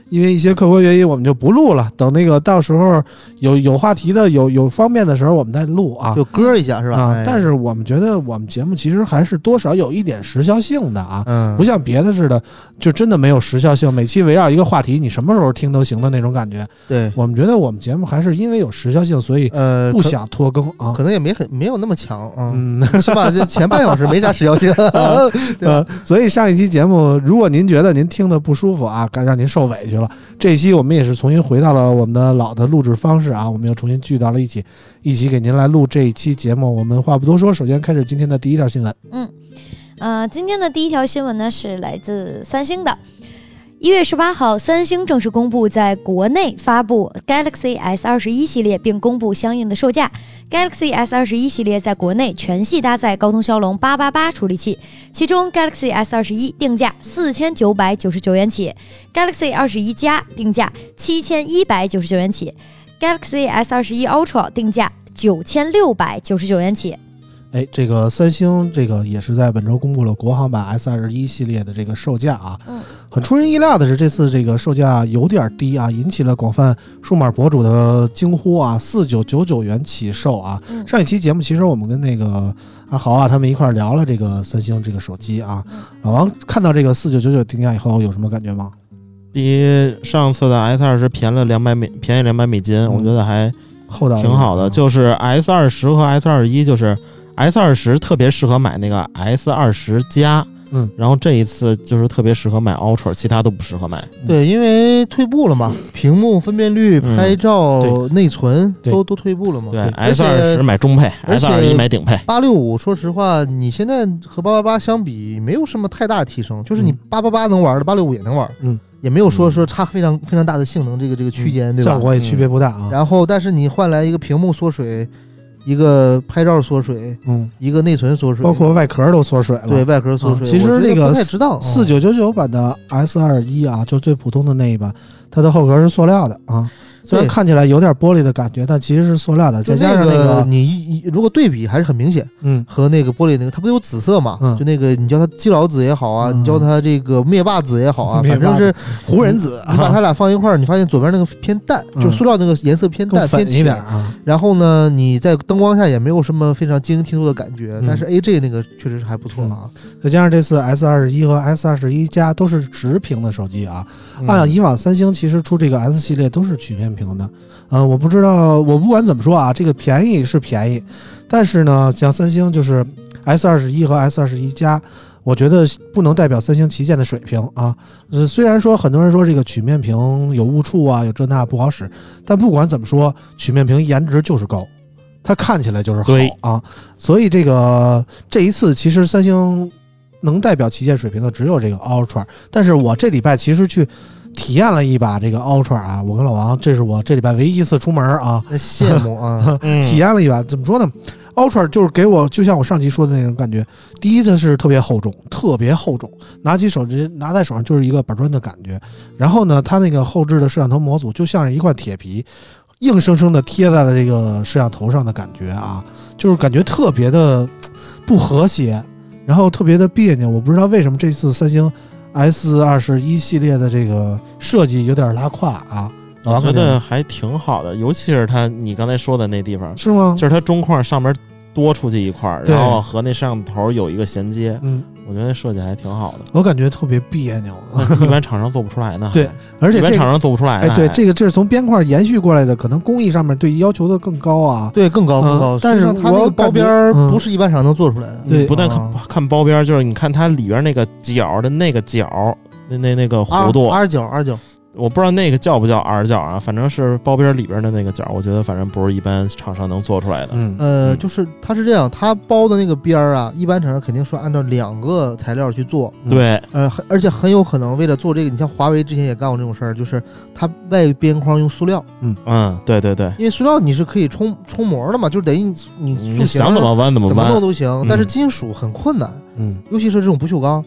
因为一些客观原因，我们就不录了。等那个到时候有有话题的、有有方便的时候，我们再录啊， 就歌一下是吧？ 啊， 哎、 但是我们觉得我们节目其实还是多少有一点时效性的啊， 嗯， 不像别的似的，就真的没有时效性，每期围绕一个话题，你什么时候听都行的那种感觉。 对， 我们觉得我们节目还是因为有时效性，所以呃不想拖更啊。 可能也没很没有那么强啊， 嗯， 起码这前半小时没啥时效性。 呃，所以上一期节目，如果您觉得您听的不舒服啊，该让您受委屈了。这一期我们也是重新回到了我们的老的录制方式啊，我们又重新聚到了一起，一起给您来录这一期节目。我们话不多说，首先开始今天的第一条新闻。 嗯，呃，今天的第一条新闻呢是来自三星的。一月十八号，三星正式公布在国内发布 Galaxy S 二十一 系列，并公布相应的售价。Galaxy S 二十一 系列在国内全系搭载高通骁龙八八八处理器，其中 Galaxy S 二十一定价四千九百九十九元起 ，Galaxy 二十一加定价七千一百九十九元起 ，Galaxy S 二十一 Ultra 定价九千六百九十九元起。 哎，这个三星这个也是在本周公布了国行版 S 二十一 系列的这个售价啊， 嗯， 很出人意料的是，这次这个售价有点低啊，引起了广泛数码博主的惊呼啊，四九九九元起售啊。 嗯、 上一期节目其实我们跟那个阿豪啊他们一块聊了这个三星这个手机啊， 嗯、 老王看到这个四九九九定价以后有什么感觉吗？ 比上次的 S 二十便宜了两百美，便宜两百美金，嗯、我觉得还厚道挺好的。就是 S 二十和 S 二十一，就是 S 二十特别适合买那个 S 二十加。 嗯， 然后这一次就是特别适合买 Ultra， 其他都不适合买。 对，因为退步了嘛，屏幕分辨率、拍照、嗯、内存都都退步了嘛。 对 ，S 二十买中配 ，S 二十一买顶配。 八六五，说实话，你现在和八八八相比，没有什么太大的提升，就是你八八八能玩的，八六五也能玩。 嗯。 也没有说说差非常非常大的性能，这个这个区间、嗯、对吧？ 效果也区别不大啊。 然后，但是你换来一个屏幕缩水，一个拍照缩水， 嗯， 一个内存缩水， 包括外壳都缩水了。 对，外壳缩水。 啊、其实那个不太知道四九九九版的 S 二十一啊，就最普通的那一版，它的后壳是塑料的啊。虽然看起来有点玻璃的感觉，但其实是塑料的，再加上那个你如果对比还是很明显， 嗯， 和那个玻璃那个，它不有紫色嘛， 嗯， 就那个你叫它基佬紫也好啊， 嗯、 你叫它这个灭霸紫也好啊，反正是湖人紫， 你把它俩放一块儿，你发现左边那个偏淡， 嗯、 就是塑料那个颜色偏淡， 偏一点啊。 然后呢，你在灯光下也没有什么非常晶莹剔透的感觉， 嗯、 但是 A J 那个确实是还不错啊。 再加上这次 S 二十一和 S 二十一加都是直屏的手机啊， 嗯、 按以往三星其实出这个 S 系列都是曲面屏的。嗯，我不知道，我不管怎么说啊，这个便宜是便宜，但是呢，像三星就是 S 二十一和 S 二十一加，我觉得不能代表三星旗舰的水平啊。呃，虽然说很多人说这个曲面屏有误触啊，有这那不好使，但不管怎么说，曲面屏颜值就是高，它看起来就是好啊。所以这个这一次其实三星能代表旗舰水平的只有这个 Ultra， 但是我这礼拜其实去体验了一把这个 Ultra 啊，我跟老王，这是我这礼拜唯一一次出门啊， 羡慕啊， 体验了一把，怎么说呢 ？Ultra 就是给我，就像我上期说的那种感觉。第一，它是特别厚重，特别厚重，拿起手机拿在手上就是一个板砖的感觉。然后呢，它那个后置的摄像头模组就像是一块铁皮，硬生生的贴在了这个摄像头上的感觉啊，就是感觉特别的不和谐，然后特别的别扭。我不知道为什么这次三星S 二十一系列的这个设计有点拉胯啊， 我觉得还挺好的，尤其是它你刚才说的那地方， 是吗？ 就是它中框上面多出去一块，然后和那摄像头有一个衔接， 嗯， 我觉得设计还挺好的。 我感觉特别别扭， 一般厂商做不出来呢。 对，而且、这个、 一般厂商做不出来呢。 哎，对，这个这是从边框延续过来的，可能工艺上面对要求的更高啊。 对，更高更高。 嗯、但是它那个包边不是一般厂能做出来的。 嗯、对， 不但看看包边，就是你看它里边那个角的那个角。那那那个弧度 R 角 R 角， 我不知道那个叫不叫 R 角啊，反正是包边里边的那个角，我觉得反正不是一般厂商能做出来的。 嗯， 呃，就是它是这样，它包的那个边啊，一般厂商肯定说按照两个材料去做。 对， 呃，而且很有可能为了做这个，你像华为之前也干过这种事儿，就是它外边框用塑料。 嗯嗯，对对对， 因为塑料你是可以冲冲膜的嘛，就等于你你塑想怎么弯怎么弯， 怎么弄都行， 嗯、 但是金属很困难。 嗯， 尤其是这种不锈钢。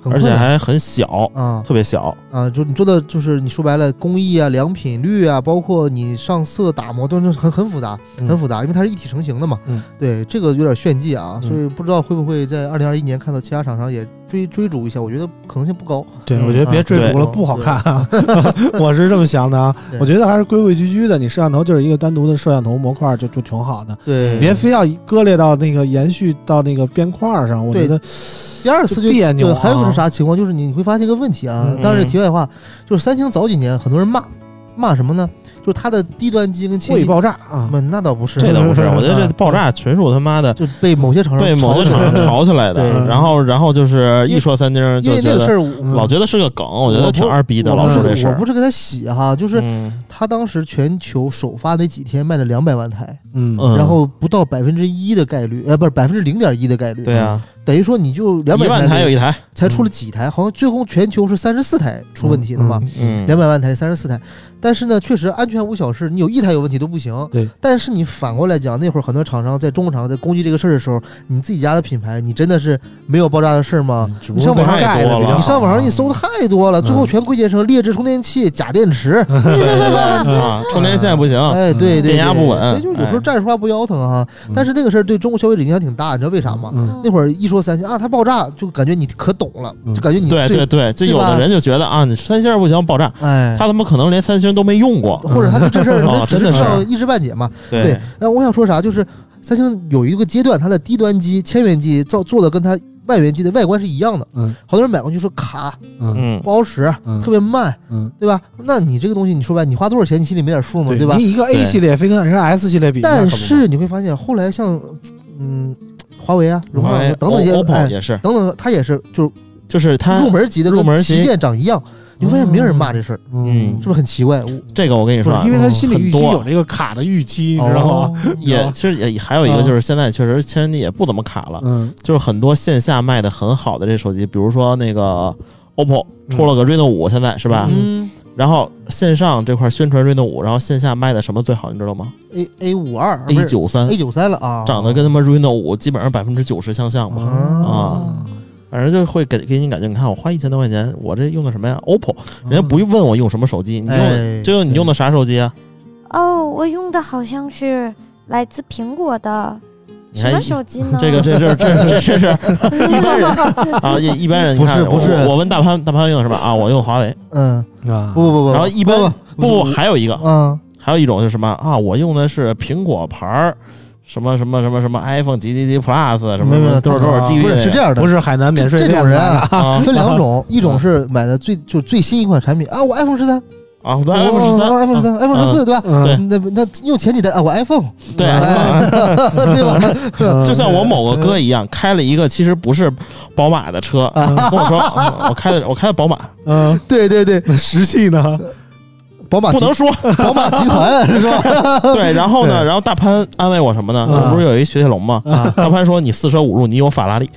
而且还很小啊， 特别小啊，就你做的就是你说白了，工艺啊、良品率啊，包括你上色打磨都是很很复杂， 嗯很复杂，因为它是一体成型的嘛。 嗯， 对，这个有点炫技啊， 嗯所以不知道会不会在二零二一年看到其他厂商也追追逐一下，我觉得可能性不高。 对， 嗯我觉得别追逐了， 对不好看啊，我是这么想的啊。 对我觉得还是规规矩矩的，你摄像头就是一个单独的摄像头模块就就挺好的， 对， 别非要割裂到那个延续到那个边块上，我觉得第二次就别扭啊对，还有个是啥情况？就是你你会发现一个问题啊， 嗯当然题外话，就是三星早几年很多人骂骂什么呢？就是它的低端机跟过于爆炸啊。 那那倒不是， 这倒不是，我觉得这爆炸纯属他妈的就被某些厂商被某些厂商炒起来的。 对然后然后就是一说三星就觉得因为那个事儿， 老觉得是个梗，我觉得挺二逼的。老说这事儿， 我不是跟他洗哈，就是嗯他当时全球首发那几天卖了两百万台， 嗯嗯然后不到百分之一的概率，呃，不是百分之零点一的概率， 对啊， 等于说你就两百一万台有一台， 才出了几台，好像最后全球是三十四台出问题的嘛， 嗯， 两百万台三十四台，但是呢，确实安全无小事，你有一台有问题都不行。 对， 但是你反过来讲，那会儿很多厂商在中国厂商在攻击这个事儿的时候，你自己家的品牌，你真的是没有爆炸的事儿吗？ 只不过你上网上盖的比较好你上网上一搜太多了，最后全归结成劣质充电器、假电池， 对吧？啊，充电线不行， 哎，对对， 电压不稳所以就有时候哎站着说话不腰疼哈。但是那个事儿对中国消费者影响挺大，你知道为啥吗？ 嗯那会儿一说三星啊，它爆炸，就感觉你可懂了， 嗯就感觉你对对对，就有的人就觉得啊，你三星不行，爆炸， 哎， 他他妈可能连三星都没用过， 或者他就这事儿哦他只真的是是知道一知半解嘛。对，然后我想说啥，就是三星有一个阶段，它的低端机、千元机造做的跟它外元机的外观是一样的， 嗯， 好多人买过去说卡嗯嗯不好使， 嗯特别慢， 嗯， 对吧？那你这个东西，你说白，你花多少钱，你心里没点数吗？对吧？ 你一个 A 系列非跟人家 S 系列比， 但是你会发现，后来像嗯华为啊、荣耀等等一些， ，O P P O 哎， 也是， 等等，它也是就是就是它入门级的， 入门级旗舰长一样。你会发现没有人骂这事儿， 嗯是不是很奇怪？ 这个我跟你说啊， 因为他心里预期很多有这个卡的预期，你知道吗？ 哦也其实也还有一个就是现在确实千元机也不怎么卡了， 嗯就是很多线下卖的很好的这手机，比如说那个 O P P O 出了个 Reno 五，现在是吧？ 嗯然后线上这块宣传 Reno 五，然后线下卖的什么最好，你知道吗 ，A A 五二 ？A 九三 A 九三了啊， 长得跟他妈 Reno 五基本上百分之九十相像嘛， 啊。 反正就会给给你感觉，你看我花一千多块钱，我这用的什么呀 ？O P P O，人家不问我用什么手机，你用哎就用你用的啥手机啊？ 哦，我用的好像是来自苹果的你看什么手机呢？ 这个这这这这这是一般人啊，一一般人不是你看不是我我问大潘，大潘用的什么啊？我用华为， 嗯， 啊不不不不， 然后一般不不不还有一个， 嗯， 还有一种是什么啊？我用的是苹果牌儿，什么什么什么什么 iPhone 几几几 Plus 什么没有没有多少多少 G B， 不是是这样的， 不是海南免税这店种人啊， 啊分两种，一种是买的最就最新一款产品啊，我 iPhone 十三， 啊，我的 iPhone 十三 ，iPhone 十三，iPhone 十四，对吧？ 对那那用前几代啊，我 iPhone， 对， 哎对吧？ 就像我某个哥一样，开了一个其实不是宝马的车，跟我说我开的我开的宝马， 嗯， 对对对， 实际呢， 宝马不能说。 宝马集团是吧？ 对，然后呢， 对然后大潘安慰我什么呢？ 嗯我不是有一雪铁龙吗？大潘说你四舍五入你有法拉利，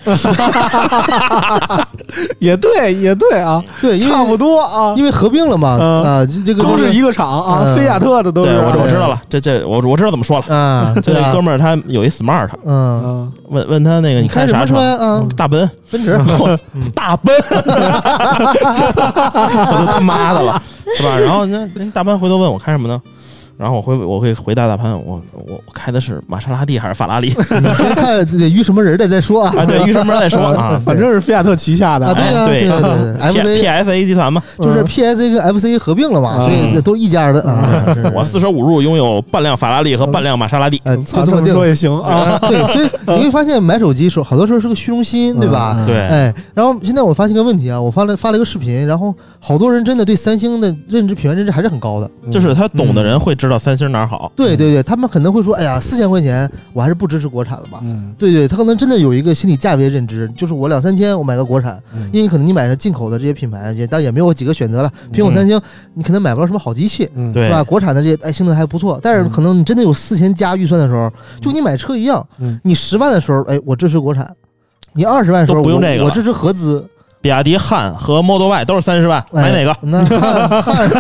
也对也对啊， 对，因为差不多啊， 因为合并了嘛， 嗯啊，这这个都是一个厂啊， 嗯菲亚特的都是。 对我对我知道了，这这我我知道怎么说了。 啊， 这对啊哥们儿他有一 smart， 嗯， 嗯， 问问他那个你开什么开啥车？ 车呀？啊， 大奔， 奔驰， 大奔，我就他妈的了，是吧？然后那那大潘回头问我开什么呢？然后我会我会回答大潘，我我我开的是玛莎拉蒂还是法拉利？ 你先看得遇什么人的再说啊。 啊，对，遇什么人再说啊。 反正是菲亚特旗下的啊，对呀， 对对对对 P ，F P C S A 集团嘛， 就是 P S A 跟 F C 合并了嘛， 嗯所以这都一家的啊。是是我四舍五入拥有半辆法拉利和半辆玛莎拉蒂。 哎， 操，这就这么定么说也行啊。 啊。对，所以你会发现买手机时候，好多时候是个虚荣心，对吧？ 嗯对， 哎，然后现在我发现一个问题啊，我发了发了一个视频，然后好多人真的对三星的认知、品牌认知还是很高的。 就是他懂的人会知道三星哪儿好。 对对对，他们可能会说，哎呀，四千块钱我还是不支持国产了吧？ 嗯， 对对，他可能真的有一个心理价位认知，就是我两三千我买个国产， 嗯因为可能你买的进口的这些品牌，也当然也没有几个选择了，苹果、三星，你可能买不到什么好机器。 嗯， 对对吧？国产的这些哎性能还不错，但是可能你真的有四千加预算的时候，就你买车一样， 嗯你十万的时候，哎，我支持国产；你二十万的时候， 都不用这个了我，我支持合资。 比亚迪汉和 Model Y 都是三十万，买哪个？ 那汉汉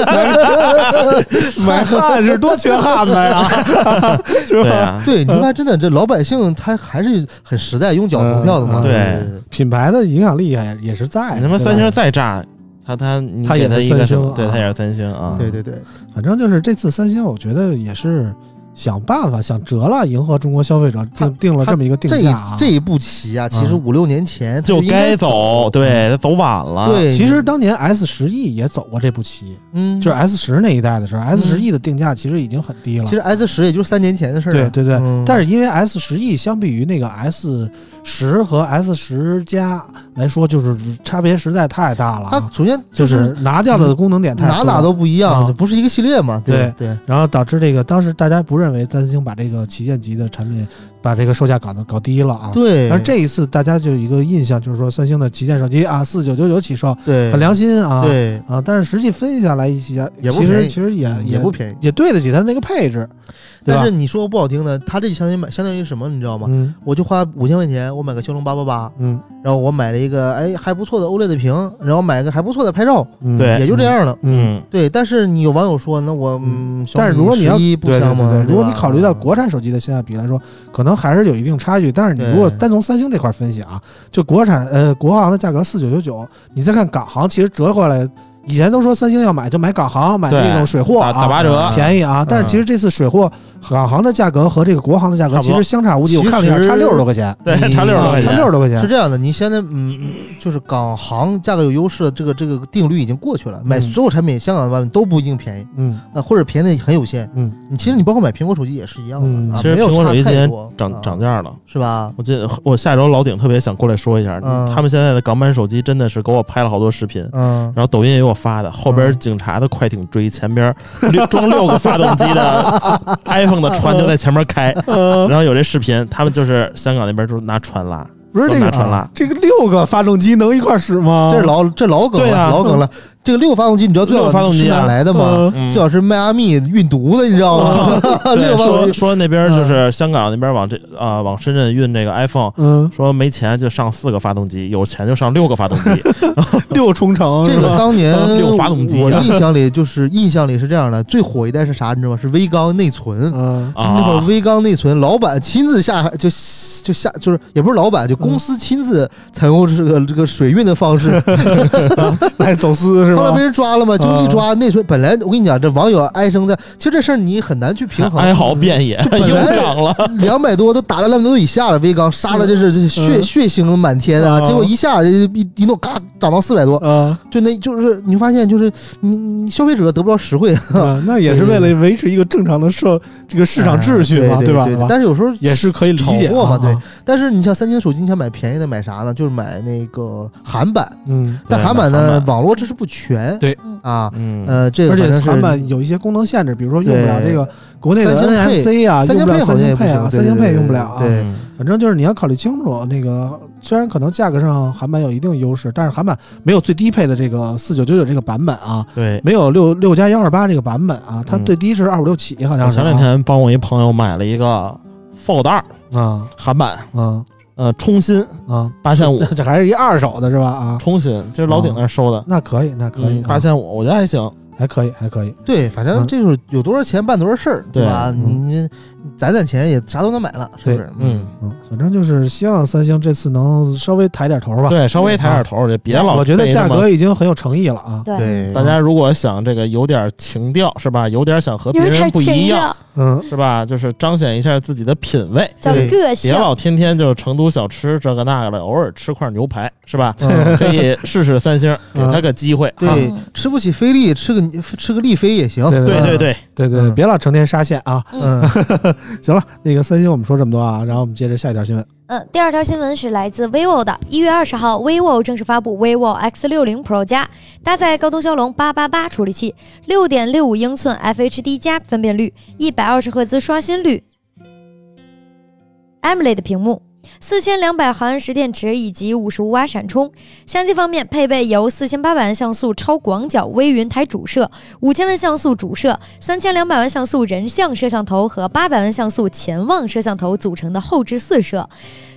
买汉是多缺汉子呀，是吧？ 对啊， 对，你说真的，这老百姓他还是很实在，用脚投票的嘛。 嗯对， 品牌的影响力也也是在的。 你他妈三对吧星再炸，他他你他也是给他一个三星什么？对啊他也是三星啊。 对对对， 反正就是这次三星，我觉得也是想办法想辙了，迎合中国消费者， 他定定了这么一个定这一价啊。 这一步棋啊，其实嗯五六年前就应该该走，对他走晚了。 对， 其实当年 S 十 E 也走过这步棋， 嗯， 就是 S 十那一代的时候，S 十 E 的定价其实已经很低了。 其实 S 十也就是三年前的事儿啊。 对对对， 嗯但是因为 S 十 E 相比于那个 S 十和 S 十加来说，就是差别实在太大了啊。 它首先就是拿掉的功能点太多了哪哪都不一样， 啊这不是一个系列嘛。对对， 然后导致这个当时大家不认为三星把这个旗舰级的产品把这个售价搞得搞低了啊。 对， 而这一次大家就有一个印象，就是说三星的旗舰手机啊，四九九九起售， 对很良心啊。 对， 啊，但是实际分析下来一些，其也不便宜实其实也也不便宜。 也对得起它那个配置，对吧但是你说个不好听的，它这相当于买相当于什么，你知道吗？ 嗯我就花五千块钱，我买个骁龙八八八， 嗯然后我买了一个哎还不错的 O L E D 的屏，然后买个还不错的拍照， 嗯， 对也就这样了。 嗯。 嗯， 对，但是你有网友说，那我嗯， 但是如果你要小米十一不对对香吗？ 对对，如果对吧你考虑到国产手机的性价比来说，可能还是有一定差距。但是你如果对单从三星这块分析啊，就国产呃国行的价格四九九九，你再看港行，其实折回来，以前都说三星要买就买港行，买那种水货打啊， 打八折， 便宜啊。但是其实这次水货港行的价格和这个国行的价格差不多其实相差无几，我看了一下， 其实差六十多块钱， 对， 你差六十多块差钱。 六十多块钱。 是这样的，你现在嗯，就是港行价格有优势的这个这个定律已经过去了，买嗯所有产品香港的外面都不一定便宜， 嗯呃，或者便宜的很有限。 嗯， 你其实你包括买苹果手机也是一样的， 嗯啊， 其实没有苹果手机今年差太多涨啊涨价了。 是吧？ 我记得我下周老顶特别想过来说一下， 嗯他们现在的港版手机真的是给我拍了好多视频， 嗯， 然后抖音也有我发的，后边嗯警察的快艇追，前边六装六个发动机的 iPhone 的船就在前面开，然后有这视频，他们就是香港那边就是拿船拉，都不是这个拿船拉， 这个六个发动机能一块使吗？ 这是老这老梗了， 对啊老梗了。这个六个发动机，你知道最六好个发动机啊是哪来的吗？ 嗯最好是迈阿密运毒的，你知道吗？ 对六个发动机， 说说那边就是香港那边往这啊、往深圳运这个 iPhone， 嗯， 说没钱就上四个发动机，有钱就上六个发动机。 六冲程这是吧？ 个当年六发动机啊我印象里就是印象里是这样的，最火一代是啥？你知道吗？是微缸内存。 嗯啊， 那会儿微缸内存，老板亲自下就就下就是也不是老板，就公司亲自采用这个这个水运的方式， 来走私是吧后来被？人抓了嘛，就一抓内存。本来我跟你讲，这网友哀声在，其实这事儿你很难去平衡。 哀嚎遍野， 本来又涨了。 两百多都打到两百多以下了，微缸杀的这是这血、 嗯血腥满天啊！ 嗯结果一下一一弄，嘎涨到四百多， 嗯就那就是你发现就是你你消费者得不到实惠， 啊，那也是为了维持一个正常的社这个市场秩序嘛， 哎对吧？ 对但是有时候也是可以理解炒货嘛， 啊对。但是你像三星手机，你想买便宜的买啥呢？就是买那个韩版， 嗯， 对但韩版买韩版呢网络支持不全， 对啊， 嗯， 呃，这个而且反正是韩版有一些功能限制，比如说用不了对这个国内的三星 N F C 啊， 三星用不了三配好像也不星配啊， 行， 三星配用不了啊。 对嗯反正就是你要考虑清楚，那个虽然可能价格上韩版有一定优势，但是韩版没有最低配的这个四九九九这个版本啊， 对。 没有六六加幺二八这个版本啊，它嗯最低是二五六起，好像是啊。 我前两天帮我一朋友买了一个 Fold 二啊韩版， 啊呃，冲新啊， 八千五， 这还是一二手的是吧？啊， 冲新，这是老顶那儿收的， 那可以，那可以， 八千五，我觉得还行。 还可以，还可以。 对，反正嗯这就是有多少钱办多少事儿，对吧？ 对你你攒攒钱也啥都能买了，是不是？ 嗯， 嗯，反正就是希望三星这次能稍微抬点头吧。 对，稍微抬点头，就别老我觉得背这么价格已经很有诚意了啊。 对， 对， 大家如果想这个有点情调是吧？有点想和别人有点不一样情调， 嗯， 是吧？就是彰显一下自己的品味， 找对个性别。老天天就是成都小吃这个那个的，偶尔吃块牛排是吧？ 嗯可以试试三星，给他个机会。 对啊嗯吃不起菲力，吃个吃个力飞也行。 对对对对， 对对， 嗯别老成天沙县啊。 嗯， 行了，那个三星我们说这么多啊，然后我们接着下一条新闻。 嗯，第二条新闻是来自 vivo 的。一月二十号 ，vivo 正式发布 vivo X 六十 Pro 加，搭载高通骁龙八八八处理器，六点六五英寸 F H D 加分辨率，一百二十赫兹刷新率 ，AMOLED 屏幕。四千两百毫安时电池以及五十五瓦闪充。相机方面，配备由四千八百万像素超广角微云台主摄、五千万像素主摄、三千两百万像素人像摄像头和八百万像素潜望摄像头组成的后置四摄。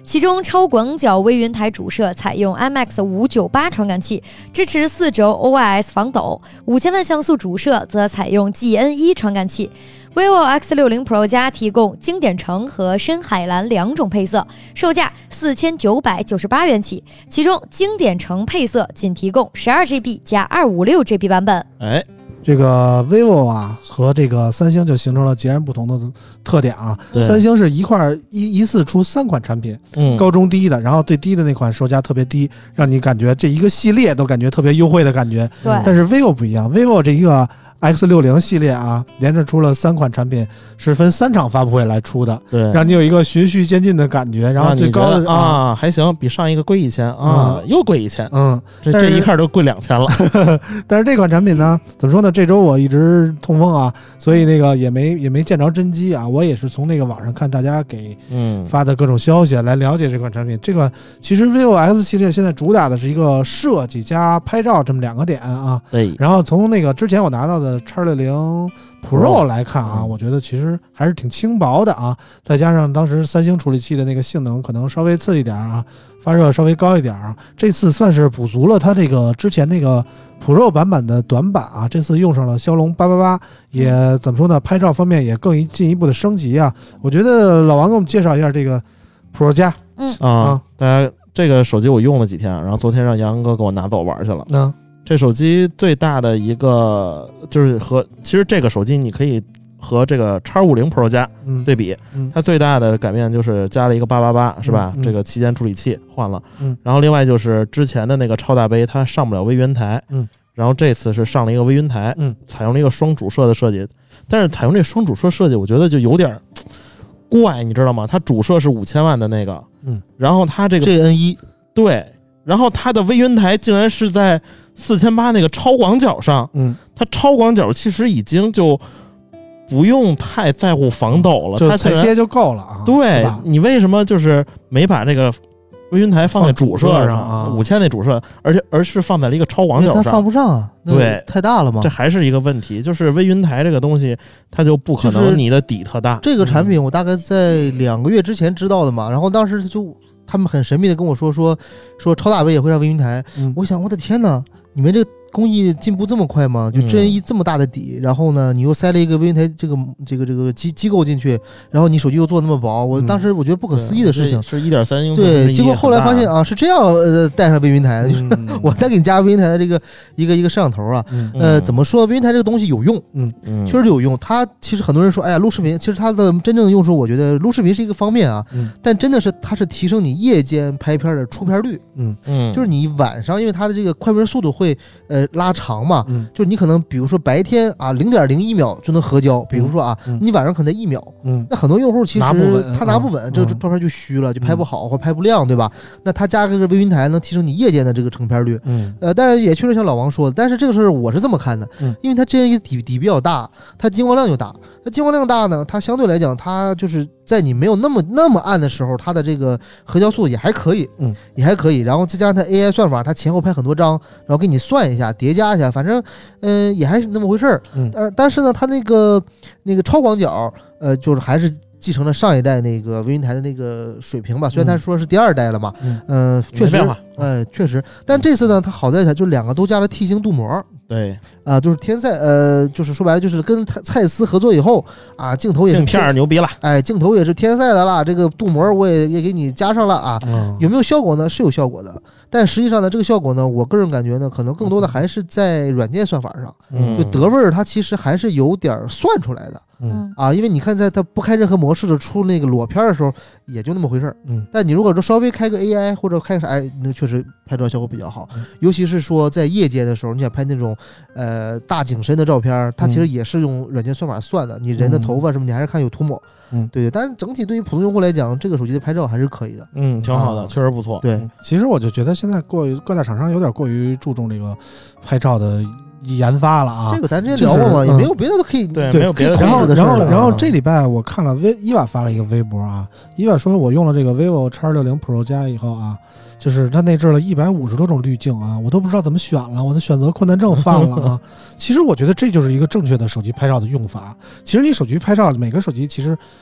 其中超广角微云台主摄采用 I M A X 五九八传感器，支持四轴 O I S 防抖；五千万像素主摄则采用 G N 一传感器。vivo X 六十 Pro 加提供经典橙和深海蓝两种配色，售价四千九百九十八元起，其中经典橙配色仅提供 十二 G B 加二五六 G B 版本。 哎， 这个 vivo 啊和这个三星就形成了截然不同的特点啊。三星是一块一一次出三款产品， 嗯， 高中低的，然后最低的那款售价特别低，让你感觉这一个系列都感觉特别优惠的感觉。 对， 但是 vivo 不一样 ，vivo 这一个 X 六十 系列啊，连着出了三款产品，是分三场发布会来出的， 对， 让你有一个循序渐进的感觉。然后最高的啊还行，比上一个贵一千啊，又贵一千， 嗯， 这这一看就贵两千了。 但是这款产品呢，怎么说呢？这周我一直通风啊，所以那个也没也没见着真机啊。我也是从那个网上看大家给发的各种消息来了解这款产品。这个其实 vivo X 系列现在主打的是一个设计加拍照这么两个点啊。 对。 然后从那个之前我拿到的 X 六十 Pro 来看啊， 嗯、 我觉得其实还是挺轻薄的啊。再加上当时三星处理器的那个性能可能稍微次一点啊，发热稍微高一点啊。这次算是补足了它这个之前那个 Pro 版本的短板啊。这次用上了骁龙八八八，也怎么说呢？拍照方面也更一进一步的升级啊。我觉得老王给我们介绍一下这个 Pro 加。 嗯啊，大家这个手机我用了几天，然后昨天让杨哥给我拿走玩去了。 嗯。 这手机最大的一个就是和其实这个手机你可以和这个 X 五十 Pro 加对比、嗯嗯、它最大的改变就是加了一个八八八是吧、嗯嗯、这个旗舰处理器换了、嗯、然后另外就是之前的那个超大杯它上不了微云台、嗯、然后这次是上了一个微云台、嗯、采用了一个双主摄的设计，但是采用这双主摄设计我觉得就有点怪，你知道吗？它主摄是五千万的那个、嗯、然后它这个 G N 一对，然后它的微云台竟然是在四千八那个超广角上，嗯，它超广角其实已经就不用太在乎防抖了， 就裁切就够了啊。 对，你为什么就是没把这个微云台放在主摄上啊？ 五千那主摄，而且而是放在了一个超广角上， 它放不上啊， 对， 太大了嘛。 这还是一个问题，就是微云台这个东西，它就不可能你的底特大。 这个产品我大概在两个月之前知道的嘛，然后当时就。他们很神秘的跟我说说说超大杯也会上微云台、嗯、我想我的天哪，你们这个工艺进步这么快吗？就 G N 一这么大的底、嗯、然后呢你又塞了一个微云台这个这个这个机机构进去，然后你手机又做那么薄，我当时我觉得不可思议的事情、 嗯、是 一点三 英寸， 对，结果后来发现啊是这样呃带上微云台的、嗯、就是我再给你加微云台的这个一个一个摄像头啊、嗯、呃怎么说微云台这个东西有用，嗯嗯，确实有用。它其实很多人说哎呀录视频，其实它的真正的用处我觉得录视频是一个方面啊、嗯、但真的是它是提升你夜间拍片的出片率，嗯嗯，就是你晚上因为它的这个快门速度会呃拉长嘛，嗯，就是你可能比如说白天啊零点零一秒就能合焦，比如说啊、嗯、你晚上可能一秒，嗯，那很多用户其实拿不稳他拿不稳、嗯、这个照片就虚了，就拍不好、嗯、或拍不亮，对吧？那他加个微云台能提升你夜间的这个成片率，嗯，呃，但是也确实像老王说的，但是这个事儿我是这么看的，嗯，因为它这一底底比较大，它金光量就大，它金光量大呢，它相对来讲它就是在你没有那么那么暗的时候，它的这个合焦速度也还可以，嗯，也还可以。然后再加上它 A I 算法，它前后拍很多张，然后给你算一下，叠加一下，反正，嗯、呃，也还是那么回事儿。嗯，但但是呢，它那个那个超广角，呃，就是还是继承了上一代那个微云台的那个水平吧。虽然他说是第二代了嘛，嗯，呃、确实，呃，确实。但这次呢，它好在它就两个都加了 T 型镀膜。 对啊、呃，就是天赛，呃，就是说白了，就是跟蔡司合作以后啊，镜头也是镜片牛逼了， 哎，镜头也是天赛的啦，这个镀膜我也也给你加上了啊、嗯，有没有效果呢？是有效果的，但实际上呢，这个效果呢，我个人感觉呢，可能更多的还是在软件算法上，嗯，就德味儿它其实还是有点算出来的。嗯啊，因为你看，在它不开任何模式的出那个裸片的时候，也就那么回事儿。嗯，但你如果说稍微开个 A I 或者开个啥，哎，那确实拍照效果比较好。嗯、尤其是说在夜间的时候，你想拍那种呃大景深的照片，它其实也是用软件算法算的。你人的头发什么，你还是看有涂抹。嗯，对对。但是整体对于普通用户来讲，这个手机的拍照还是可以的。 嗯，挺好的，啊、确实不错。 对、嗯， 其实我就觉得现在过于各大厂商有点过于注重这个拍照的研发了啊， 这个咱之前聊过嘛、就是嗯，也没有别的都可以， 对，没有别的。 然后，然后，然后这礼拜我看了微伊娃发了一个微博啊，伊娃说我用了这个 vivo X 六十 Pro 加以后啊，就是它内置了一百五十多种滤镜啊，我都不知道怎么选了，我的选择困难症犯了啊。其实我觉得这就是一个正确的手机拍照的用法。其实你手机拍照，每个手机其实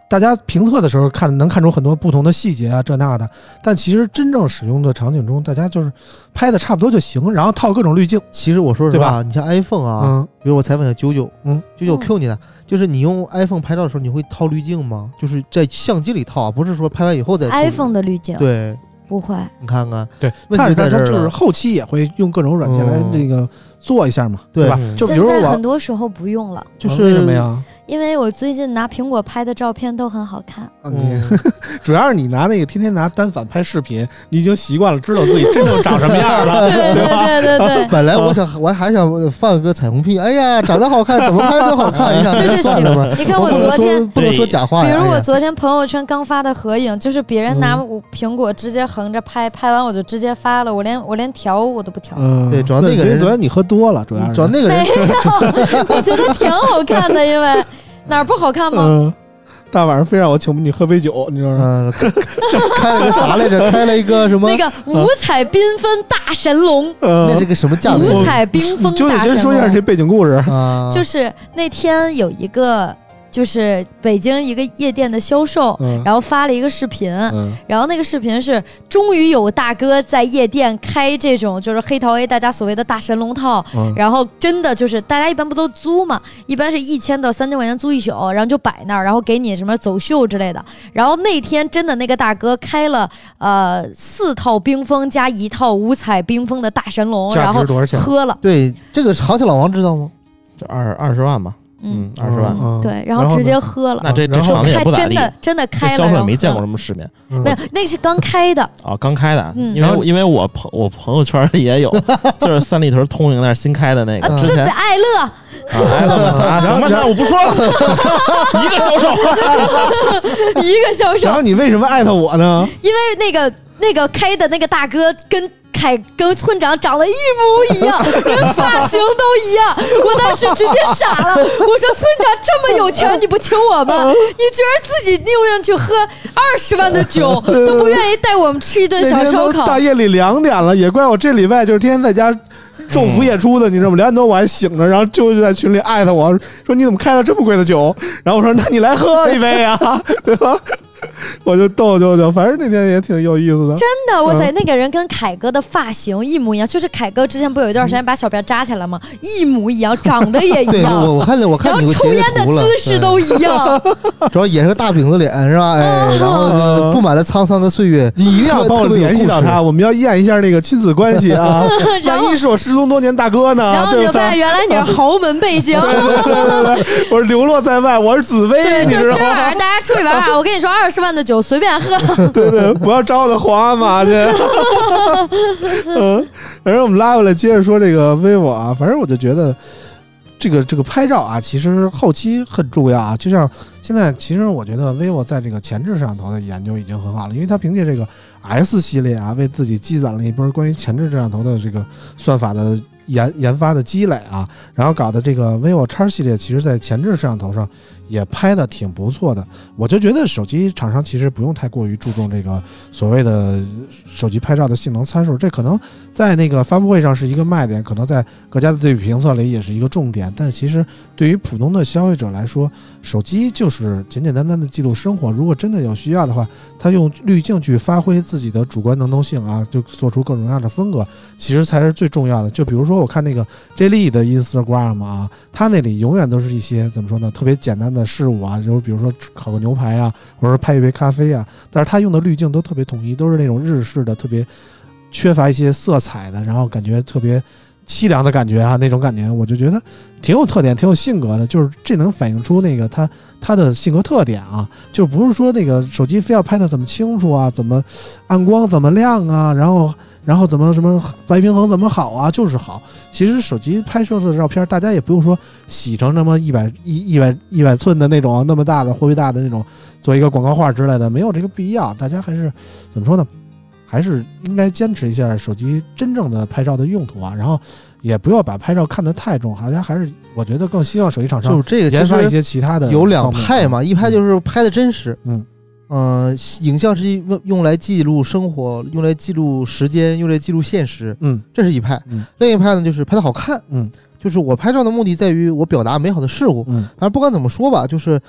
大家评测的时候看能看出很多不同的细节啊，这那的，但其实真正使用的场景中，大家就是拍的差不多就行，然后套各种滤镜。 其实我说实话，你像 iPhone 啊， 嗯， 比如我采访一下九九， 嗯， 九九 Q 你的，就是你用 iPhone 拍照的时候，你会套滤镜吗？就是在相机里套啊，不是说拍完以后再。 iPhone 的滤镜对。 不会， 你看看， 对， 问题在这儿了。 但是它就是后期也会用各种软件来那个做一下嘛， 对, 对吧？就比如现在很多时候不用了， 就是为什么呀？ 因为我最近拿苹果拍的照片都很好看。 嗯，主要是你拿那个天天拿单反拍视频，你已经习惯了，知道自己真正长什么样了， 对对对对对。 本来我想，我还想放个彩虹屁，哎呀，长得好看，怎么拍都好看，一下就是算了吧。 你看我昨天不能说假话， 比如我昨天朋友圈刚发的合影，就是别人拿苹果直接横着拍，拍完我就直接发了，我连我连调我都不调。 嗯， 对，主要那个人昨天你喝多了，主要主要那个人， 我觉得挺好看的，因为。哪儿不好看吗？ 嗯，大晚上非让我请你喝杯酒，你知道吗？ 嗯，开了个啥来着？开了一个什么？ 那个五彩缤纷大神龙， 嗯、那是个什么价位？ 五彩缤纷大神龙。 就你先说一下这背景故事啊。 就是那天有一个。就是北京一个夜店的销售、嗯、然后发了一个视频、嗯、然后那个视频是终于有大哥在夜店开这种就是黑桃 A 大家所谓的大神龙套、嗯、然后真的就是大家一般不都租嘛，一般是一千到三千块钱租一宿，然后就摆那儿，然后给你什么走秀之类的，然后那天真的那个大哥开了呃四套冰封加一套五彩冰封的大神龙，然后喝了。 对，这个好像老王知道吗？ 这二二十万嘛。嗯，二十万、 嗯， 对，然后直接喝了。 那这这场子也不咋地， 真的真的开了， 销售也没见过什么世面。 没有，那是刚开的啊，刚开的。 嗯， 因为因为我朋我朋友圈里也有，就是三里屯通营那新开的那个，之前爱乐啊，爱乐啊，行吧，那我不说了，一个销售， 一个销售。 然后你为什么艾特我呢？ 因为那个那个开的那个大哥跟。凯跟村长长得一模一样，连发型都一样，我当时直接傻了。我说村长这么有钱，你不请我吗？你居然自己宁愿去喝二十万的酒，都不愿意带我们吃一顿小烧烤。 大夜里两点了，也怪我这礼拜就是天天在家昼伏夜出的，你知道吗？两点多我还醒着，然后舅就在群里艾特我说你怎么开了这么贵的酒？然后我说那你来喝一杯啊，对吧？我就逗舅舅，反正那天也挺有意思的。 真的，哇塞，那个人跟凯哥的发型一模一样，就是凯哥之前不有一段时间把小辫扎起来吗？一模一样，长得也一样。 对，我我看见我看你，然后抽烟的姿势都一样。 主要也是个大饼子脸是吧？哎，然后布满了沧桑的岁月。 你一定要帮我联系到他，我们要验一下那个亲子关系啊。万一是我失踪多年大哥呢？ 然后你就发现原来你是豪门背景。 对对对对对，我是流落在外，我是紫薇。 对，就今晚上大家出去玩啊，我跟你说，二十万的酒随便。 对对，不要找我的皇阿玛去。嗯，反正我们拉回来接着说这个 vivo 啊，反正我就觉得这个这个拍照啊，其实后期很重要啊。就像现在，其实我觉得 vivo 在这个前置摄像头的研究已经很好了，因为它凭借这个 S 系列啊，为自己积攒了一波关于前置摄像头的这个算法的研研发的积累啊，然后搞的这个 vivo X 系列，其实在前置摄像头上也拍的挺不错的。我就觉得手机厂商其实不用太过于注重这个所谓的手机拍照的性能参数，这可能在那个发布会上是一个卖点，可能在各家的对比评测里也是一个重点，但其实对于普通的消费者来说，手机就是简简单单的记录生活，如果真的有需要的话，它用滤镜去发挥自己的主观能动性啊，就做出各种各样的风格，其实才是最重要的。就比如说我看那个 J Lee 的 Instagram 啊，他那里永远都是一些怎么说呢，特别简单的事物啊，就是比如说烤个牛排啊，或者说拍一杯咖啡啊，但是他用的滤镜都特别统一，都是那种日式的，特别缺乏一些色彩的，然后感觉特别凄凉的感觉啊，那种感觉我就觉得挺有特点，挺有性格的，就是这能反映出那个他他的性格特点啊，就不是说那个手机非要拍的怎么清楚啊，怎么暗光怎么亮啊，然后然后怎么什么白平衡怎么好啊，就是好。其实手机拍摄的照片，大家也不用说洗成那么一百一一百一百寸的那种那么大的货币大的那种做一个广告画之类的，没有这个必要。大家还是怎么说呢？还是应该坚持一下手机真正的拍照的用途啊，然后也不要把拍照看得太重，大家还是我觉得更希望手机厂商就这个研发一些其他的。 有两派嘛，一派就是拍的真实， 嗯， 呃，影像是用来记录生活，用来记录时间，用来记录现实， 嗯， 这是一派。 嗯， 另一派呢就是拍的好看， 嗯， 就是我拍照的目的在于我表达美好的事物， 嗯， 反正不管怎么说吧，就是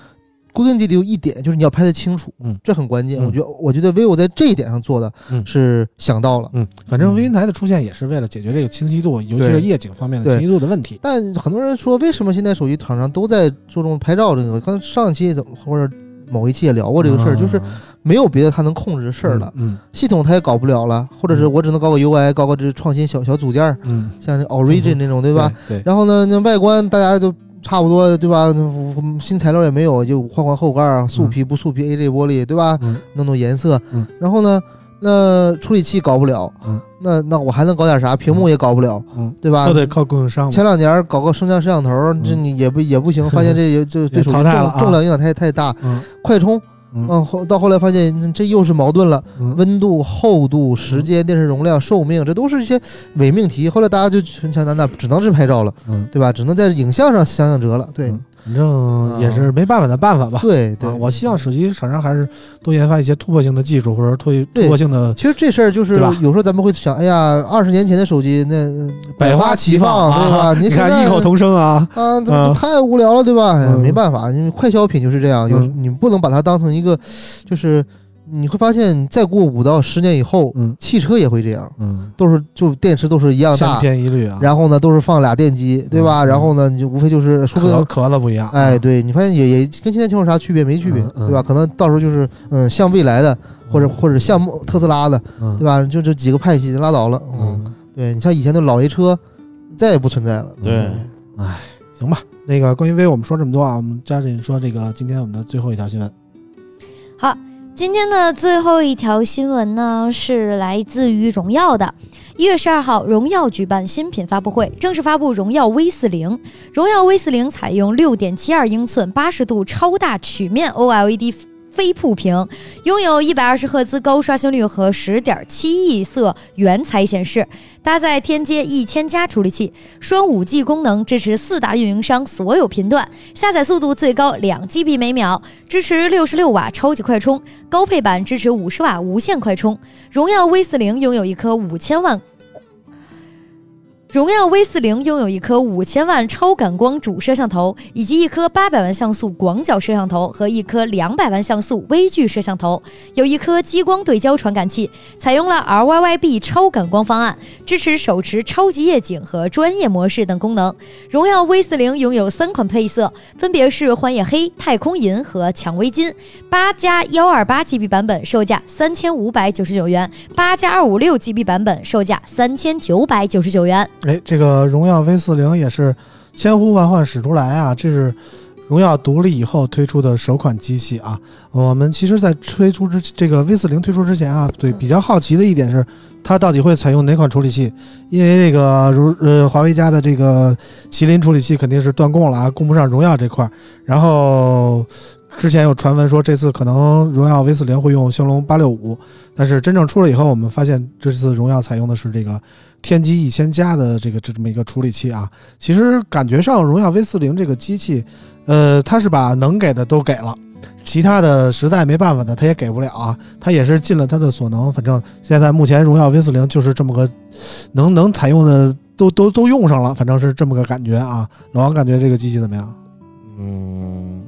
归根结底有一点，就是你要拍得清楚，嗯，这很关键。嗯、我觉得，我觉得 vivo 在这一点上做的是想到了， 嗯，反正微云台的出现也是为了解决这个清晰度，尤其是夜景方面的清晰度的问题。 但很多人说，为什么现在手机厂商都在注重拍照这个？刚上一期怎么或者某一期也聊过这个事儿，嗯、就是没有别的它能控制的事儿了，嗯，系统它也搞不了了，或者是我只能搞个 U I， 搞个这创新小小组件，嗯，像这 Origin 那种，对吧？ 对。对然后呢，那外观大家都差不多，对吧？新材料也没有，就换换后盖，素皮不素皮 A 类玻璃，对吧？嗯、弄弄颜色，嗯。然后呢，那处理器搞不了，嗯。那那我还能搞点啥？屏幕也搞不了，嗯，对吧？ 都得靠供应商。 前两年搞个升降摄像头，嗯、这你也不也不行，发现这也就对手机重、啊、重量影响太太大，嗯，快充。嗯，后到后来发现这又是矛盾了，嗯、温度、厚度、时间、电池容量、寿命，这都是一些伪命题。后来大家就全强，那那只能是拍照了，嗯，对吧？只能在影像上想想辙了，对。嗯反正也是没办法的办法吧。 对对、 啊，我希望手机厂商还是多研发一些突破性的技术，或者突突破性的。 其实这事儿就是有时候咱们会想，哎呀，二十年前的手机那百花齐放，对吧？ 啊、 你看异口同声啊啊，怎么太无聊了，对吧？嗯、没办法，因为快消品就是这样，有、嗯、你不能把它当成一个，就是你会发现，再过五到十年以后，嗯，汽车也会这样，嗯，都是就电池都是一样大， 千篇一律啊。 然后呢，都是放俩电机，对吧？嗯、然后呢，你就无非就是说不定壳子不一样， 哎，对你发现也也跟现在情况啥区别？没区别，嗯、对吧？可能到时候就是嗯，像未来的，或者、嗯、或者像特斯拉的，嗯、对吧？就这几个派系拉倒了，嗯，嗯对你像以前的老 A 车，再也不存在了， 对， 哎，行吧。那个关于 vivo 我们说这么多啊，我们抓紧说这个今天我们的最后一条新闻。 好。今天的最后一条新闻呢，是来自于荣耀的。一月十二号，荣耀举办新品发布会，正式发布荣耀 V 四零。荣耀 V 四零采用 六点七二英寸八十度超大曲面 O L E D 飞瀑屏，拥有一百二十赫兹高刷新率和 十点七亿色原彩显示，搭载天阶一千加处理器，双 五 G 功能，支持四大运营商所有频段，下载速度最高两 G B 每秒，支持六十六瓦超级快充，高配版支持五十瓦无线快充。荣耀 V 四零拥有一颗五千万荣耀 V 四零拥有一颗五千万超感光主摄像头，以及一颗八百万像素广角摄像头和一颗两百万像素微距摄像头，有一颗激光对焦传感器，采用了 R Y Y B 超感光方案，支持手持超级夜景和专业模式等功能。荣耀 V 四零拥有三款配色，分别是幻夜黑、太空银和蔷薇金。八加一二八 G B 版本售价三千五百九十九元，八加二五六 G B 版本售价三千九百九十九元。 哎，这个荣耀 V 四零也是千呼万唤始出来啊！这是荣耀独立以后推出的首款机器啊。我们其实在推出之这个 V 四零推出之前啊，对比较好奇的一点是，它到底会采用哪款处理器？因为这个如呃华为家的这个麒麟处理器肯定是断供了啊，供不上荣耀这块。然后之前有传闻说这次可能荣耀 V 四零会用骁龙八六五，但是真正出了以后，我们发现这次荣耀采用的是这个天玑一千加的这个这么一个处理器啊。其实感觉上荣耀 V 四零这个机器，呃，它是把能给的都给了，其他的实在没办法的它也给不了啊，它也是尽了它的所能。反正现在目前荣耀 V 四零就是这么个能能采用的都都都用上了，反正是这么个感觉啊。老王感觉这个机器怎么样？ 嗯。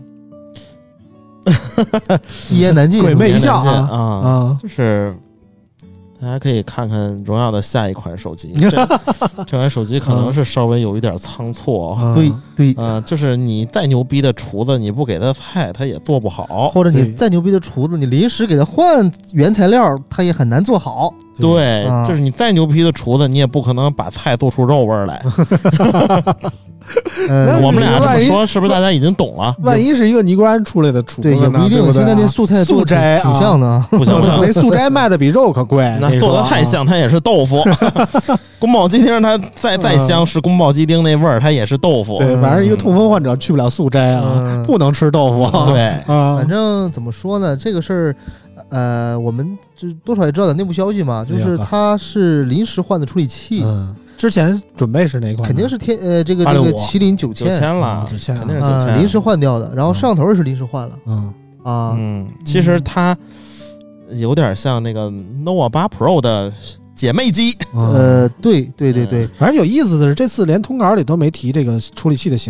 一言难尽， 鬼魅一笑啊啊啊！就是大家可以看看荣耀的下一款手机，这, 这款手机可能是稍微有一点仓促。 嗯、对对， 呃，就是你再牛逼的厨子，你不给他菜，他也做不好； 或者你再牛逼的厨子，你临时给他换原材料，他也很难做好。 对，嗯、就是你再牛逼的厨子，你也不可能把菜做出肉味儿来。呃，我们俩这么说，是不是大家已经懂了？ 万一是一个尼姑庵出来的厨子， 对，也不一定。现在那素菜素斋挺像的， 不像那素斋卖的比肉可贵。 那做的太像，它也是豆腐。宫保鸡丁它再再香，是宫保鸡丁那味儿，它也是豆腐。 对，反正一个痛风患者去不了素斋啊，不能吃豆腐。 对啊， 反正怎么说呢，这个事儿。呃，我们就多少也知道点内部消息嘛，就是它是临时换的处理器。 嗯，之前准备是哪款？ 肯定是天呃这个这个麒麟九千九千了， 九千肯定是九千， 临时换掉的。然后摄像头也是临时换了。 嗯啊嗯，其实它有点像那个 nova 八 Pro 的姐妹机。 呃，对对对对， 反正有意思的是，这次连通稿里都没提这个处理器的型号。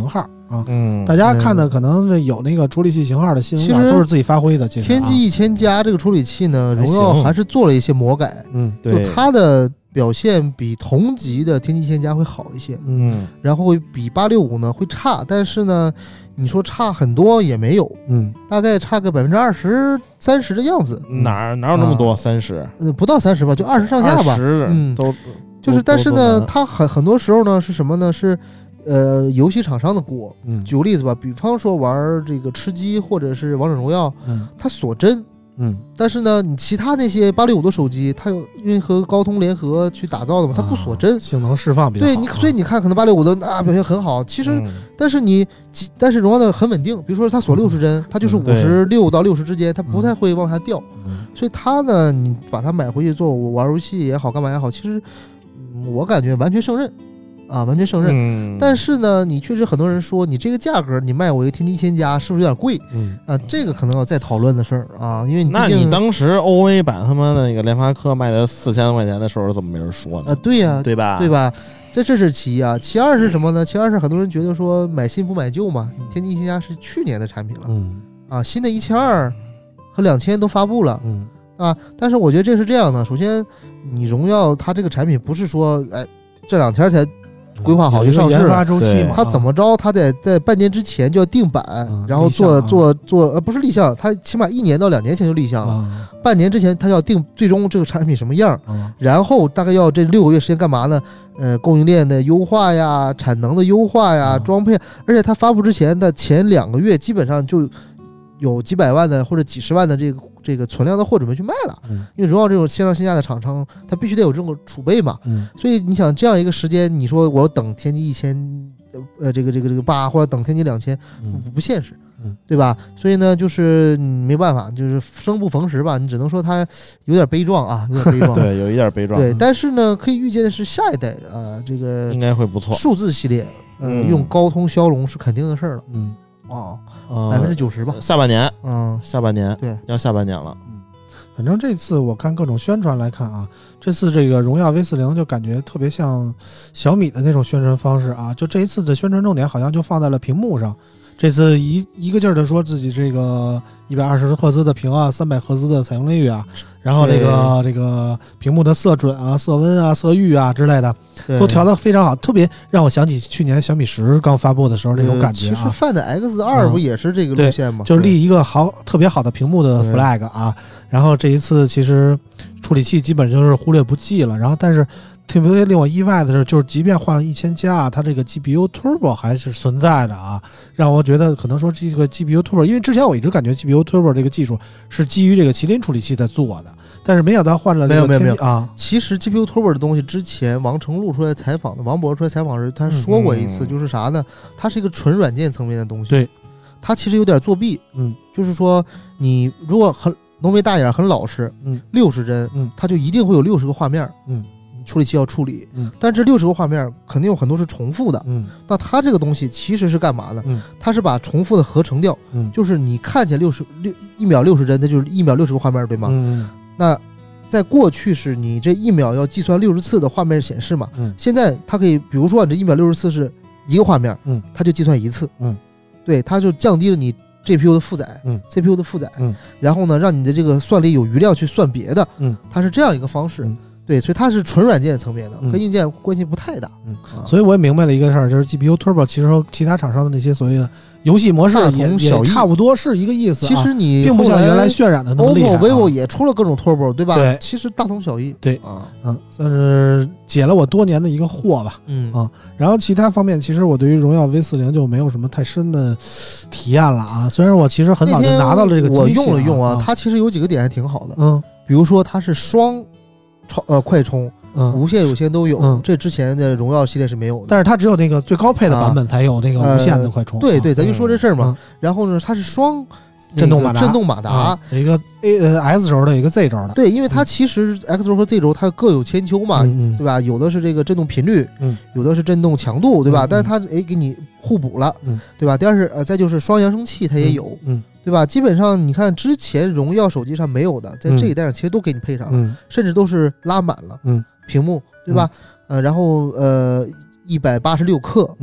啊。 嗯， 大家看的可能有那个处理器型号的新闻稿都是自己发挥的。其实天玑一千加这个处理器呢，荣耀还是做了一些魔改， 嗯， 对，就它的表现比同级的天玑一千加会好一些， 嗯， 然后会比八六五呢会差，但是呢，你说差很多也没有， 嗯， 大概差个百分之二十三十的样子， 哪哪有那么多三十？ 呃，不到三十吧，就二十上下吧， 嗯，都就是，但是呢，它很很多时候呢是什么呢？是呃，游戏厂商的锅。 嗯， 举个例子吧，比方说玩这个吃鸡或者是王者荣耀， 嗯， 它锁帧。 嗯， 但是呢，你其他那些八六五的手机，它有因为和高通联合去打造的嘛，它不锁帧， 啊、性能释放比较好。 对你，所以你看，可能八六五的啊表现很好，其实，嗯、但是你，但是荣耀的很稳定，比如说它锁六十帧，它就是五十六到六十之间，它不太会往下掉。 嗯、 所以它呢，你把它买回去做玩游戏也好，干嘛也好，其实，嗯、我感觉完全胜任。啊，完全胜任。 嗯， 但是呢，你确实很多人说你这个价格，你卖我一个天玑一千加，是不是有点贵？ 嗯啊，这个可能要再讨论的事儿啊，因为你那你当时 O A 版他妈的那个联发科卖的四千块钱的时候，怎么没人说呢？ 啊，对呀、啊， 对吧？ 对吧？这这是其一啊，其二是什么呢？其二是很多人觉得说买新不买旧嘛，天玑一千加是去年的产品了， 嗯啊，新的一千二和两千都发布了， 嗯啊，但是我觉得这是这样的，首先你荣耀它这个产品不是说哎这两天才规划好就上市了， 研发周期嘛， 它怎么着，它得在半年之前就要定版， 嗯、 然后做、 啊、 做做呃不是立项，它起码一年到两年前就立项了， 啊、 半年之前它要定最终这个产品什么样， 啊、 然后大概要这六个月时间干嘛呢？呃，供应链的优化呀，产能的优化呀， 啊、 装配，而且它发布之前的前两个月基本上就有几百万的或者几十万的这个这个存量的货准备去卖了， 嗯、 因为荣耀这种线上线下的厂商，它必须得有这种储备嘛， 嗯、 所以你想这样一个时间，你说我等天玑一千，呃，这个这个这个八或者等天玑两千，不不现实， 嗯、 对吧？所以呢，就是没办法，就是生不逢时吧，你只能说它有点悲壮啊，有点悲壮， 对，有一点悲壮， 对，但是呢，可以预见的是下一代啊、呃，这个应该会不错， 数字系列，呃， 嗯、 用高通骁龙是肯定的事儿了， 嗯。 哦，百分之九十吧， 下半年， 嗯， 下半年， 对， 要下半年了， 嗯，反正这次我看各种宣传来看啊，这次这个荣耀 V 四零就感觉特别像小米的那种宣传方式啊，就这一次的宣传重点好像就放在了屏幕上，这次一一个劲儿的说自己这个一百二十赫兹的屏啊，三百赫兹的采用率啊，然后这个这个屏幕的色准啊、色温啊、色域啊之类的都调得非常好，特别让我想起去年小米十刚发布的时候那种感觉啊。 其实 Find X 二不也是这个路线吗？ 嗯、就是立一个好特别好的屏幕的 flag 啊。然后这一次其实处理器基本就是忽略不计了，然后但是特别令我意外的是，就是即便换了一千加，它这个 G P U Turbo 还是存在的啊，让我觉得可能说这个 G P U Turbo， 因为之前我一直感觉 G P U Turbo 这个技术是基于这个麒麟处理器在做的，但是没想到换了这个没有没有没有啊。 其实 G P U Turbo 的东西之前王成禄出来采访的，王博出来采访时他说过一次，就是啥呢？它是一个纯软件层面的东西， 对， 它其实有点作弊， 嗯， 就是说你如果很浓眉大眼很老实， 嗯， 六十帧， 嗯， 它就一定会有六十个画面， 嗯。 处理器要处理， 嗯， 但这六十个画面肯定有很多是重复的， 嗯， 那它这个东西其实是干嘛呢？ 嗯， 它是把重复的合成掉， 嗯， 就是你看见六十六一秒六十帧，那就是一秒六十个画面，对吗？ 嗯， 那在过去是你这一秒要计算六十次的画面显示嘛， 嗯， 现在它可以，比如说你这一秒六十次是一个画面， 嗯， 它就计算一次， 嗯， 对，它就降低了你 G P U 的负载， 嗯 ，C P U 的负载， 嗯， 然后呢，让你的这个算力有余量去算别的， 嗯， 它是这样一个方式。 嗯， 对，所以它是纯软件层面的， 嗯、 跟硬件关系不太大。 嗯，啊、所以我也明白了一个事儿，就是 G P U Turbo 其实和其他厂商的那些所谓的游戏模式也也差不多是一个意思、啊。 其实你并不像原来渲染的那么厉害、啊。 O P P O、vivo 也出了各种 Turbo， 对吧？ 对， 其实大同小异。 对啊，嗯，算是解了我多年的一个惑吧。 嗯啊，然后其他方面，其实我对于荣耀 V 四零就没有什么太深的体验了啊。虽然我其实很早就拿到了这个机器、啊， 我用了用啊， 啊它其实有几个点还挺好的。 嗯， 比如说它是双超呃快充。 嗯， 无线有线都有、 嗯， 这之前的荣耀系列是没有的。 但是它只有那个最高配的版本才有那个无线的快充。 呃、对对，咱就说这事儿嘛、 嗯。 然后呢，它是双震动马达， 震动马达， 有一个 A 呃 S 轴的，有一个 Z 轴的。 对，因为它其实 X 轴和 Z 轴它各有千秋嘛， 嗯、 对吧？有的是这个震动频率， 嗯， 有的是震动强度，对吧？ 嗯、 但是它哎给你互补了， 嗯， 对吧？第二是呃，再就是双扬声器它也有， 嗯。嗯对吧？基本上你看之前荣耀手机上没有的，在这一代上其实都给你配上了， 嗯、 甚至都是拉满了， 嗯， 屏幕对吧？嗯、呃，然后呃一百八十六克， 嗯，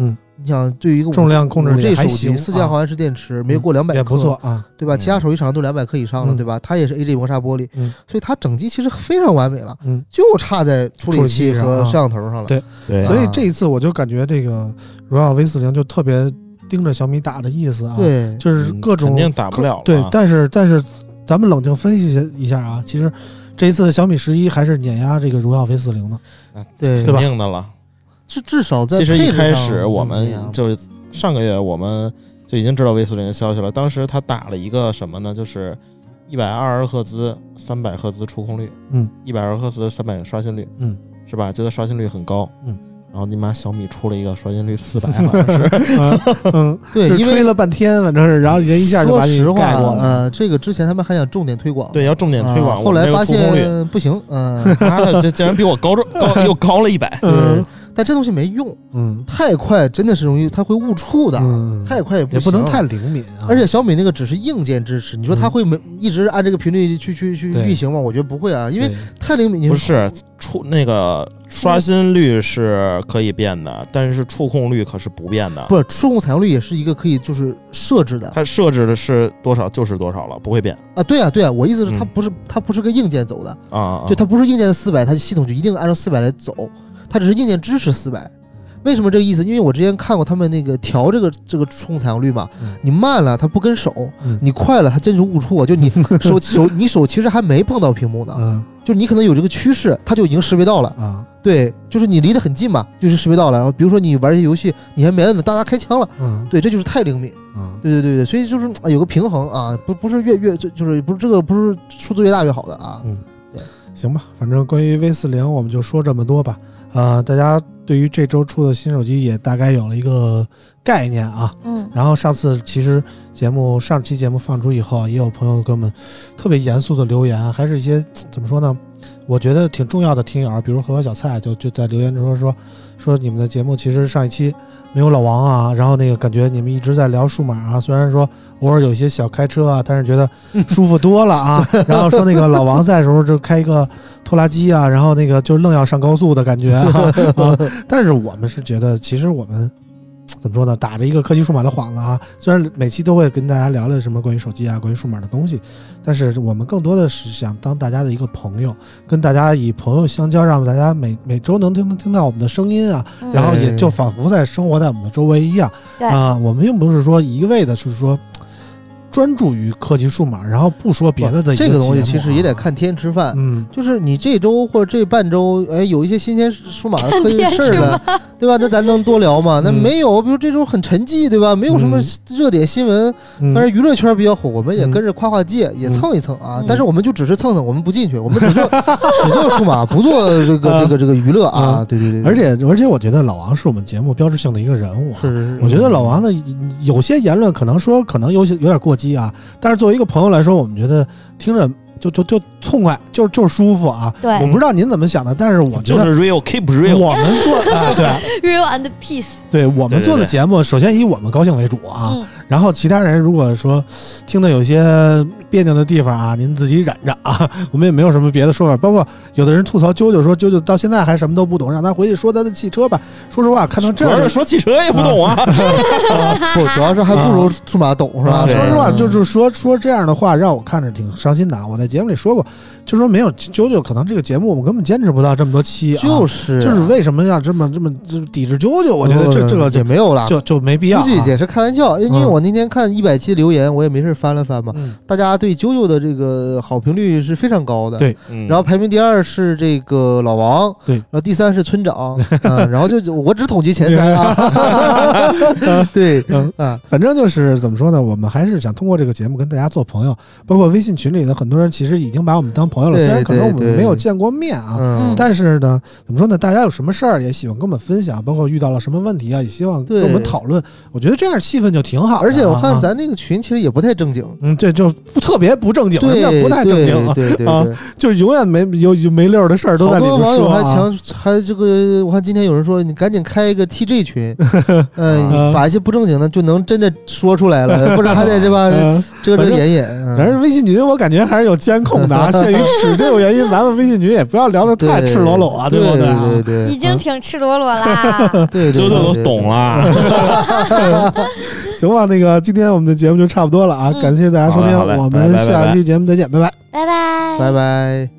想对于一个重量控制这手还行， 机四千毫安时电池，没过两百克， 也不错啊， 对吧？其他手机厂都两百克以上了，对吧？它也是 A G 磨砂玻璃，所以它整机其实非常完美了，嗯，就差在处理器和摄像头上了。 对对，所以这一次我就感觉这个荣耀 V 四零就特别盯着小米打的意思啊， 对， 就是各种肯定打不了， 对，但是但是咱们冷静分析一下啊，其实这一次小米十一还是碾压这个荣耀 V 四零的， 对， 肯定的了。 至至少在其实一开始我们就上个月我们就已经知道 V 四零的消息了，当时他打了一个什么呢？就是一百二十赫兹、三百赫兹触控率， 嗯， 一百二十赫兹、三百刷新率， 嗯， 是吧？觉得刷新率很高， 嗯。 然后你妈小米出了一个刷新率四百，好像是， 嗯， 对，因为吹了半天，反正是，然后人一下就把你盖过了。 呃，这个之前他们还想重点推广， 对，要重点推广， 后来发现不行，嗯， 妈的，这竟然比我高高又高了一百， 嗯。但这东西没用， 嗯， 太快真的是容易，它会误触的， 嗯， 太快也不也不能太灵敏啊。 而且小米那个只是硬件支持，你说它会没一直按这个频率去去去运行吗？我觉得不会啊，因为太灵敏。 不是触那个刷新率是可以变的，但是触控率可是不变的。 不是触控采用率也是一个可以就是设置的， 它设置的是多少就是多少了，不会变啊。对啊，对啊，我意思是它不是、嗯、它不是个硬件走的啊， 就它不是硬件四百，它系统就一定按照四百来走，它只是硬件支持四百。为什么这个意思？因为我之前看过他们那个调这个这个触控采用率嘛，嗯、你慢了它不跟手，嗯、你快了它真是误触，就你手手你手其实还没碰到屏幕呢，嗯、就是你可能有这个趋势，它就已经识别到了啊。对，就是你离得很近嘛，就是识别到了。然后比如说你玩一些游戏，你还没摁呢，大家开枪了，嗯，对，这就是太灵敏，嗯，对对对对，所以就是、啊、有个平衡啊，不不是越越就就是不是这个不是数字越大越好的啊， 嗯，对，行吧，反正关于 V 四零我们就说这么多吧，呃，大家对于这周出的新手机也大概有了一个概念啊，嗯，然后上次其实节目上期节目放出以后，也有朋友给我们特别严肃的留言，还是一些怎么说呢？我觉得挺重要的听友，比如和和小蔡就就在留言说说说你们的节目其实上一期没有老王啊，然后那个感觉你们一直在聊数码啊，虽然说偶尔有一些小开车啊，但是觉得舒服多了啊。然后说那个老王在的时候就开一个拖拉机啊，然后那个就愣要上高速的感觉啊。啊但是我们是觉得，其实我们怎么说呢，打着一个科技数码的幌子啊，虽然每期都会跟大家聊聊什么关于手机啊关于数码的东西，但是我们更多的是想当大家的一个朋友，跟大家以朋友相交，让大家每每周能听听到我们的声音啊，嗯、然后也就仿佛在生活在我们的周围一样啊、呃。我们并不是说一味的是说专注于科技数码，然后不说别的的、啊、 这个东西其实也得看天吃饭，嗯，就是你这周或者这半周，哎，有一些新鲜数码的科技事儿的，对吧？那咱能多聊吗？那没有，比如这周很沉寂，对吧？没有什么热点新闻， 嗯、 但是娱乐圈比较火，我们也跟着夸夸界，嗯、也蹭一蹭啊。嗯、但是我们就只是蹭蹭，我们不进去，我们只做只做数码，不做这个、啊、这个这个娱乐啊。对对 对, 对。 而且而且，我觉得老王是我们节目标志性的一个人物、啊。 是是是。 我觉得老王的有些言论可能说可能有些有点过激啊，但是作为一个朋友来说，我们觉得听着就就就痛快，就就是舒服啊。 对， 我不知道您怎么想的，但是我觉得就是 real keep real。 我们做啊，对 real and peace。 对我们做的节目，首先以我们高兴为主啊。 嗯、 然后其他人如果说听的有些别扭的地方啊，您自己忍着啊。我们也没有什么别的说法。包括有的人吐槽啾啾说啾啾到现在还什么都不懂，让他回去说他的汽车吧。说实话，看到这样， 主要是说汽车也不懂啊。 啊不，主要是还不如数码懂、啊、是吧？ 说实话，就是说说这样的话，让我看着挺伤心的。我在节目里说过，就说没有啾啾，可能这个节目我们根本坚持不到这么多期啊。 就是就是为什么要这么这么就抵制啾啾？我觉得这、嗯、这个也没有了， 就就没必要、啊。 估计也是开玩笑，因为我那天看一百期留言，我也没事翻了翻嘛。嗯、大家对啾啾的这个好评率是非常高的。 对， 然后排名第二是这个老王， 对， 然后第三是村长，嗯，然后就我只统计前三啊。对， 嗯啊，反正就是怎么说呢，我们还是想通过这个节目跟大家做朋友，包括微信群里的很多人其实已经把我们当朋友了，虽然可能我们没有见过面啊， 嗯、 但是呢，怎么说呢，大家有什么事儿也喜欢跟我们分享，包括遇到了什么问题啊，也希望跟我们讨论。我觉得这样气氛就挺好的。 而且我看咱那个群其实也不太正经， 嗯，这就不特别不正经， 对， 人家不太正经， 对对对啊，就是永远没有没溜的事儿都在里边说。 好多网友还强还这个，我看今天有人说你赶紧开一个 T G 群，嗯，把一些不正经的就能真的说出来了，不然还得这吧遮遮掩掩。 反正微信群我感觉还是有监控的啊，限于尺这种原因，咱们微信群也不要聊得太赤裸裸啊， 对不对？ 对对， 已经挺赤裸裸啦。 对， 九九都懂了。 行吧，那个今天我们的节目就差不多了啊，感谢大家收听，我们下期节目再见，拜拜， 拜拜， 拜拜。